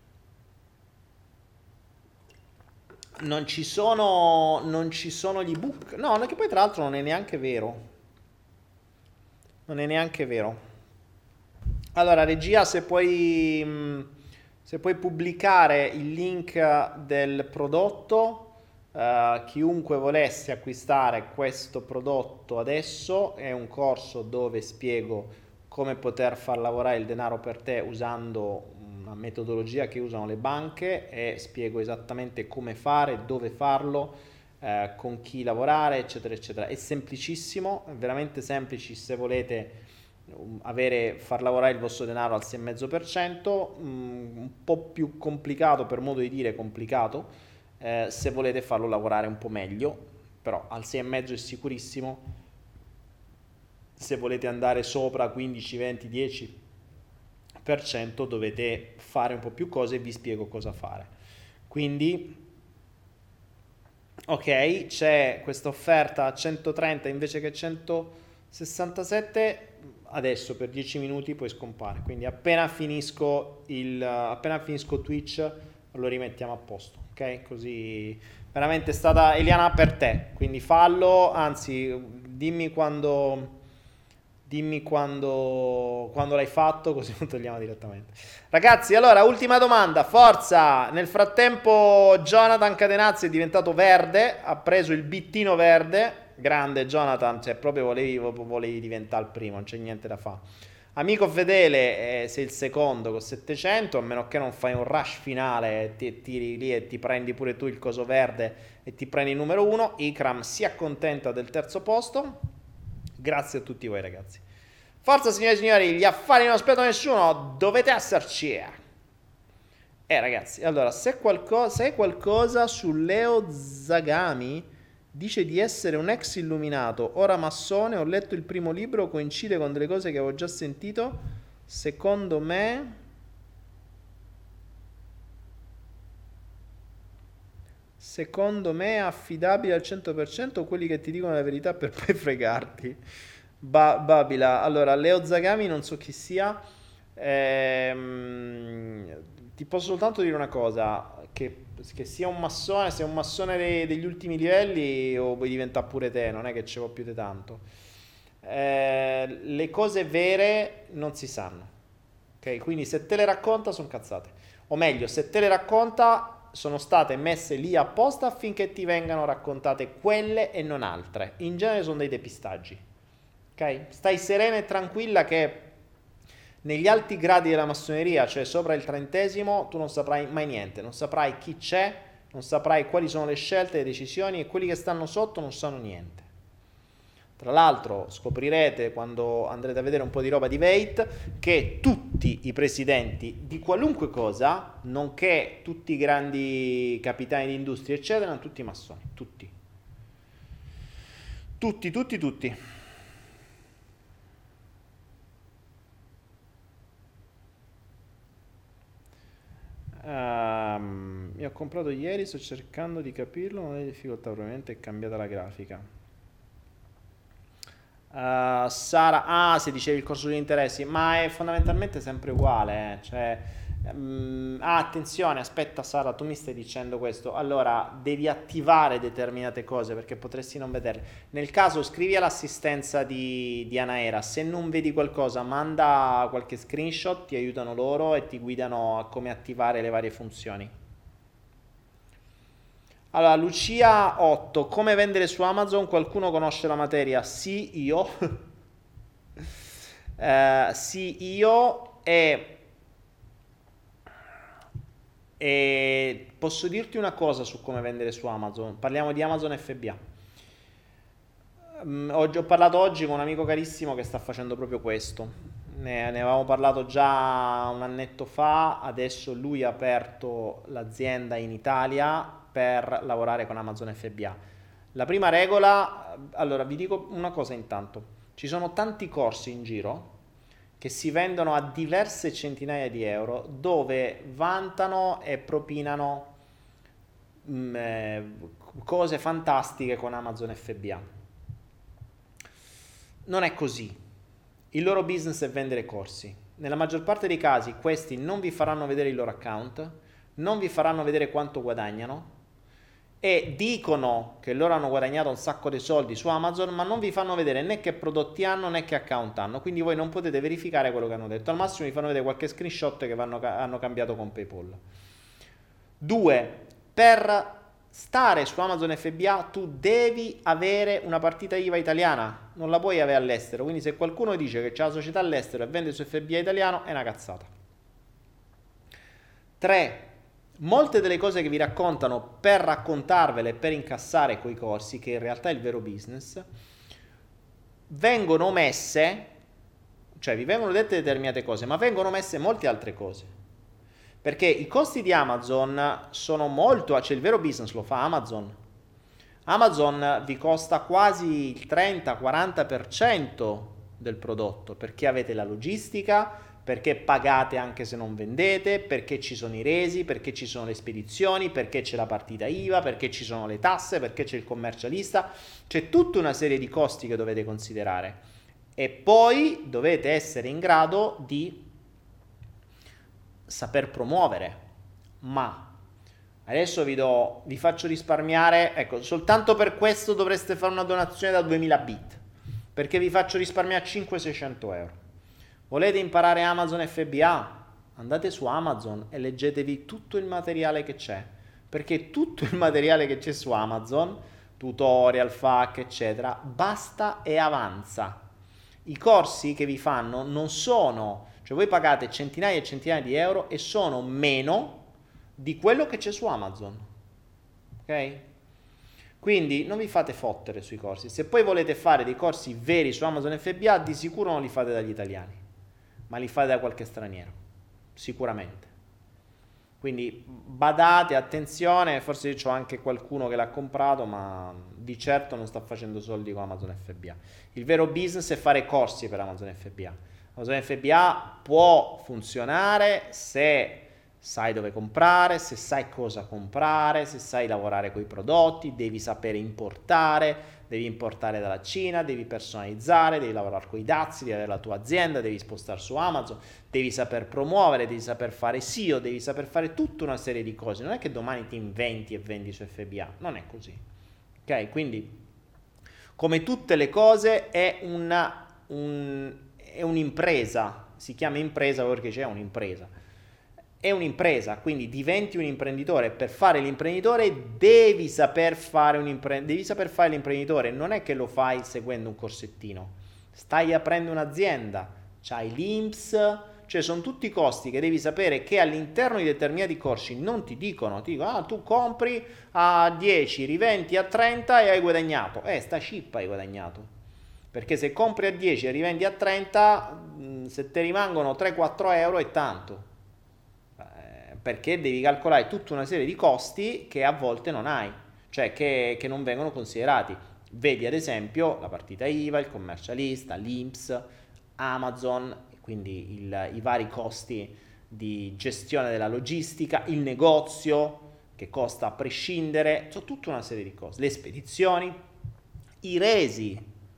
Non ci sono gli ebook. No, che poi tra l'altro non è neanche vero. Non è neanche vero. Allora, regia, se puoi pubblicare il link del prodotto, chiunque volesse acquistare questo prodotto adesso, è un corso dove spiego come poter far lavorare il denaro per te usando una metodologia che usano le banche e spiego esattamente come fare, dove farlo, con chi lavorare, eccetera, eccetera. È semplicissimo, è veramente semplice se volete far lavorare il vostro denaro al 6,5%, un po' più complicato, per modo di dire complicato, se volete farlo lavorare un po' meglio, però al 6,5% è sicurissimo. Se volete andare sopra 15, 20, 10% dovete fare un po' più cose e vi spiego cosa fare. Quindi, ok, c'è questa offerta a 130 invece che 167, adesso per 10 minuti poi scompare. Quindi appena finisco Twitch lo rimettiamo a posto, ok? Così veramente è stata, Eliana, per te, quindi fallo, anzi dimmi quando l'hai fatto, così lo togliamo direttamente. Ragazzi, allora, ultima domanda, forza! Nel frattempo Jonathan Catenazzi è diventato verde, ha preso il bittino verde, grande Jonathan, cioè proprio volevi diventare il primo, non c'è niente da fare. Amico fedele, sei il secondo con 700, a meno che non fai un rush finale, ti tiri lì e ti prendi pure tu il coso verde e ti prendi il numero 1. Ikram si accontenta del terzo posto. Grazie a tutti voi, ragazzi. Forza, signore e signori, gli affari non aspettano nessuno, dovete esserci. Ragazzi, allora, se qualcosa su Leo Zagami, dice di essere un ex illuminato, ora massone, ho letto il primo libro, coincide con delle cose che avevo già sentito, secondo me è affidabile al 100% quelli che ti dicono la verità per poi fregarti. Babila, allora Leo Zagami non so chi sia, Ti posso soltanto dire una cosa, che sia un massone, se è un massone degli ultimi livelli o vuoi diventare pure te, non è che ci vuoi più di tanto. Le cose vere non si sanno, ok? Quindi se te le racconta sono cazzate, o meglio, se te le racconta sono state messe lì apposta affinché ti vengano raccontate quelle e non altre. In genere sono dei depistaggi, ok? Stai serena e tranquilla che negli alti gradi della massoneria, cioè sopra il trentesimo, tu non saprai mai niente, non saprai chi c'è, non saprai quali sono le scelte, le decisioni, e quelli che stanno sotto non sanno niente. Tra l'altro scoprirete quando andrete a vedere un po' di roba di Veit che tutti i presidenti di qualunque cosa, nonché tutti i grandi capitani di industria, eccetera, erano tutti massoni, tutti. Tutti, tutti, tutti. Io ho comprato ieri, sto cercando di capirlo, non ho difficoltà, probabilmente è cambiata la grafica. Sara, se dicevi il corso di interessi, ma è fondamentalmente sempre uguale, cioè, attenzione, aspetta Sara, tu mi stai dicendo questo, allora devi attivare determinate cose perché potresti non vederle. Nel caso scrivi all'assistenza di Anaera, se non vedi qualcosa manda qualche screenshot, ti aiutano loro e ti guidano a come attivare le varie funzioni. Allora, Lucia 8, come vendere su Amazon? Qualcuno conosce la materia? Sì, io. Sì, io e posso dirti una cosa su come vendere su Amazon. Parliamo di Amazon FBA. Ho parlato oggi con un amico carissimo che sta facendo proprio questo. Ne avevamo parlato già un annetto fa, adesso lui ha aperto l'azienda in Italia per lavorare con Amazon FBA. La prima regola, allora vi dico una cosa intanto, ci sono tanti corsi in giro che si vendono a diverse centinaia di euro dove vantano e propinano mh, eh, cose fantastiche con Amazon FBA. Non è così. Il loro business è vendere corsi. Nella maggior parte dei casi questi non vi faranno vedere il loro account, non vi faranno vedere quanto guadagnano e dicono che loro hanno guadagnato un sacco di soldi su Amazon, ma non vi fanno vedere né che prodotti hanno né che account hanno, quindi voi non potete verificare quello che hanno detto. Al massimo vi fanno vedere qualche screenshot che hanno cambiato con PayPal. 2. Per stare su Amazon FBA tu devi avere una partita IVA italiana, non la puoi avere all'estero, quindi se qualcuno dice che c'è la società all'estero e vende su FBA italiano è una cazzata. 3. Molte delle cose che vi raccontano per raccontarvele e per incassare quei corsi, che in realtà è il vero business, vengono omesse, cioè vi vengono dette determinate cose, ma vengono omesse molte altre cose. Perché i costi di Amazon sono molto, cioè il vero business lo fa Amazon. Amazon vi costa quasi il 30-40% del prodotto perché avete la logistica, perché pagate anche se non vendete, perché ci sono i resi, perché ci sono le spedizioni, perché c'è la partita IVA, perché ci sono le tasse, perché c'è il commercialista. C'è tutta una serie di costi che dovete considerare. E poi dovete essere in grado di saper promuovere. Ma adesso vi faccio risparmiare, ecco, soltanto per questo dovreste fare una donazione da 2000 bit, perché vi faccio risparmiare 500-600 euro. Volete imparare Amazon FBA? Andate su Amazon e leggetevi tutto il materiale che c'è, perché tutto il materiale che c'è su Amazon, tutorial, FAQ, eccetera, basta e avanza. I corsi che vi fanno non sono, cioè voi pagate centinaia e centinaia di euro e sono meno di quello che c'è su Amazon. Ok? Quindi non vi fate fottere sui corsi. Se poi volete fare dei corsi veri su Amazon FBA, di sicuro non li fate dagli italiani, ma li fate da qualche straniero. Sicuramente. Quindi badate, attenzione, forse c'ho anche qualcuno che l'ha comprato, ma di certo non sta facendo soldi con Amazon FBA. Il vero business è fare corsi per Amazon FBA. Amazon FBA può funzionare se sai dove comprare, se sai cosa comprare, se sai lavorare con i prodotti, devi sapere importare, devi importare dalla Cina, devi personalizzare, devi lavorare con i dazi, devi avere la tua azienda, devi spostare su Amazon, devi saper promuovere, devi saper fare SEO, devi saper fare tutta una serie di cose. Non è che domani ti inventi e vendi su FBA, non è così. Ok? Quindi, come tutte le cose, è un'impresa, si chiama impresa perché c'è un'impresa. È un'impresa, quindi diventi un imprenditore. Per fare l'imprenditore devi saper fare l'imprenditore, non è che lo fai seguendo un corsettino. Stai aprendo un'azienda, c'hai l'INPS, cioè sono tutti costi che devi sapere che all'interno di determinati corsi non ti dicono, tu compri a 10, rivendi a 30 e hai guadagnato. Sta cippa hai guadagnato. Perché se compri a 10 e rivendi a 30, se ti rimangono 3-4 euro è tanto. Perché devi calcolare tutta una serie di costi che a volte non hai, cioè che non vengono considerati. Vedi ad esempio la partita IVA, il commercialista, l'INPS, Amazon, quindi i vari costi di gestione della logistica, il negozio che costa a prescindere, c'è tutta una serie di cose, le spedizioni, i resi,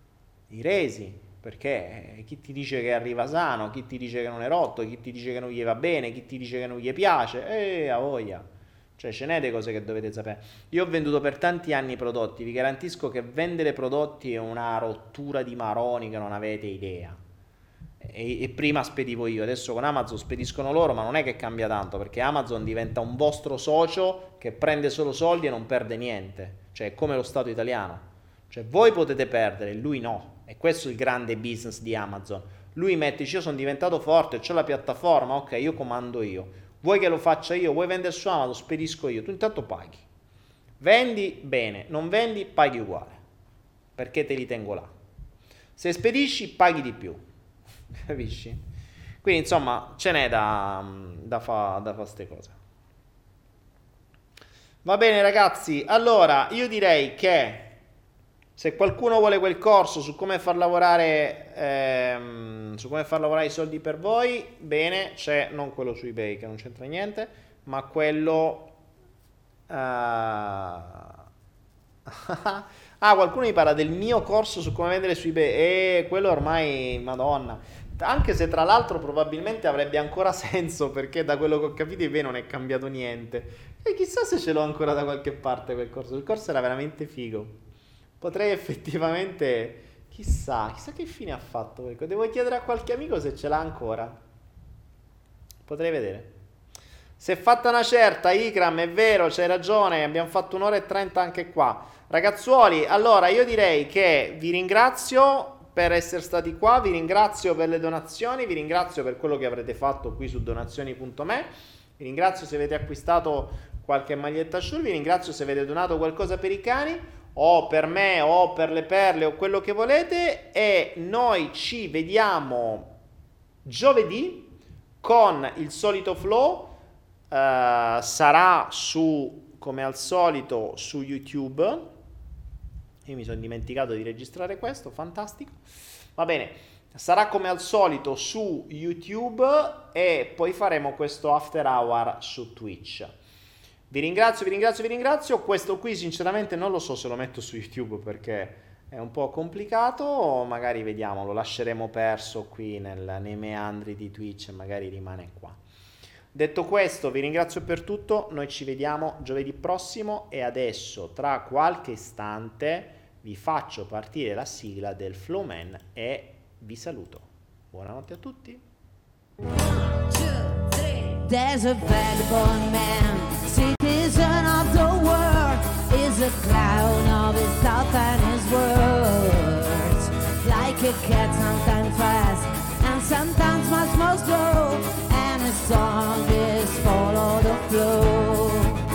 perché chi ti dice che arriva sano, chi ti dice che non è rotto, chi ti dice che non gli va bene, chi ti dice che non gli piace, a voglia. Cioè ce n'è delle cose che dovete sapere. Io ho venduto per tanti anni prodotti, vi garantisco che vendere prodotti è una rottura di maroni che non avete idea. E prima spedivo io, adesso con Amazon spediscono loro, ma non è che cambia tanto, perché Amazon diventa un vostro socio che prende solo soldi e non perde niente. Cioè è come lo Stato italiano. Cioè voi potete perdere, lui no. E questo è il grande business di Amazon. Lui mette, io sono diventato forte, c'ho la piattaforma, ok, io comando io. Vuoi che lo faccia io? Vuoi vendere su Amazon? Spedisco io. Tu intanto paghi. Vendi bene, non vendi paghi uguale. Perché te li tengo là. Se spedisci paghi di più. Capisci? Quindi insomma ce n'è da fare queste cose. Va bene ragazzi, allora io direi che se qualcuno vuole quel corso su come far lavorare i soldi per voi, bene, c'è non quello su eBay che non c'entra niente, ma quello qualcuno mi parla del mio corso su come vendere su eBay, quello ormai, madonna, anche se tra l'altro probabilmente avrebbe ancora senso, perché da quello che ho capito eBay non è cambiato niente, e chissà se ce l'ho ancora da qualche parte quel corso. Il corso era veramente figo. Potrei effettivamente, chissà che fine ha fatto. Devo chiedere a qualche amico se ce l'ha ancora. Potrei vedere. Si è fatta una certa, Ikram, è vero, c'hai ragione, abbiamo fatto 1 ora e 30 anche qua. Ragazzuoli, allora io direi che vi ringrazio per essere stati qua, vi ringrazio per le donazioni, vi ringrazio per quello che avrete fatto qui su donazioni.me, vi ringrazio se avete acquistato qualche maglietta Shure, vi ringrazio se avete donato qualcosa per i cani, o per me o per le perle o quello che volete, e noi ci vediamo giovedì con il solito flow. Sarà come al solito su YouTube. Io mi sono dimenticato di registrare questo, fantastico. Va bene, sarà come al solito su YouTube e poi faremo questo after hour su Twitch. Vi ringrazio. Questo qui sinceramente non lo so se lo metto su YouTube perché è un po' complicato, magari vediamo, lo lasceremo perso qui nei meandri di Twitch e magari rimane qua. Detto questo, vi ringrazio per tutto, noi ci vediamo giovedì prossimo e adesso tra qualche istante vi faccio partire la sigla del Flowman e vi saluto. Buonanotte a tutti. 1, 2, 3. There's a vagabond man, citizen of the world, is a clown of his thoughts and his words. Like a cat, sometimes fast and sometimes much more slow, and his song is follow the flow.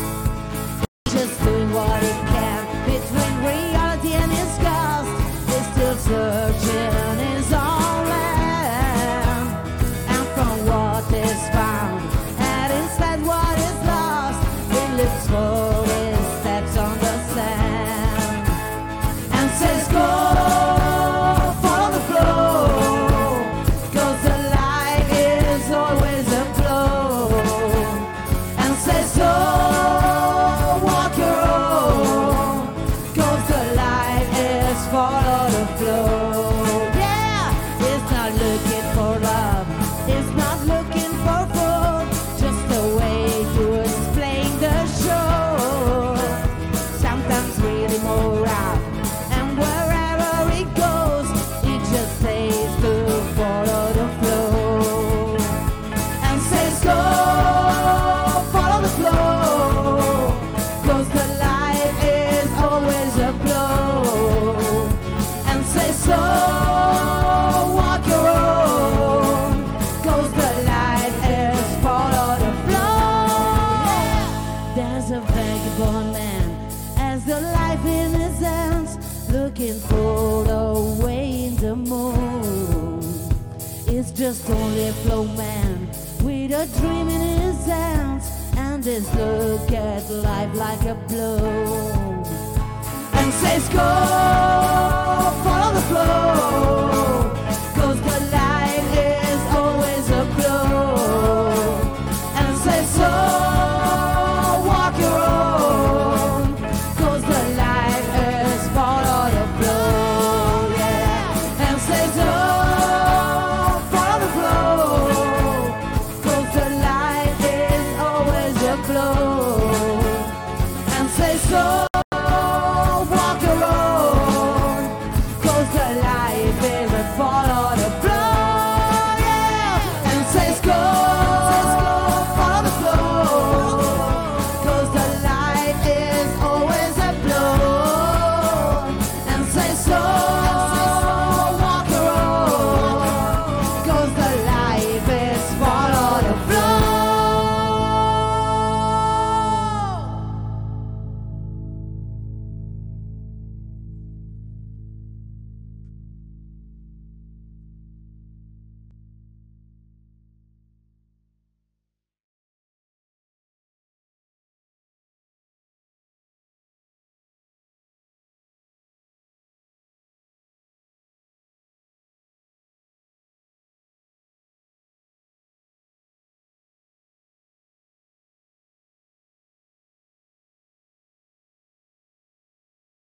Just doing what he can between reality and his ghost. He's still searching his own land, and from what is found and instead what is lost, he looks for his steps on the sand and says go follow the flow, 'cause the light is always a flow, and says so walk your own, 'cause the light is follow the flow. Yeah, it's not looking for love, it's not looking for food, just a way to explain the show. Sometimes really more out, and wherever it goes, it just says to follow the flow. And says go, follow the flow, 'cause the life is always a flow. And say so, walk your own, 'cause the life is follow the flow. There's a vagabond man, has the life in his hands, looking for the way in the moon. It's just only a flow man with a dream in his hands, and his look at life like a blow. And says go, follow the flow, 'cause the life is always a flow. And says so, walk your own, 'cause the life is follow the flow. Yeah. And says so, follow the flow, 'cause the life is always a flow. And says so, walk your own, 'cause the life is a follow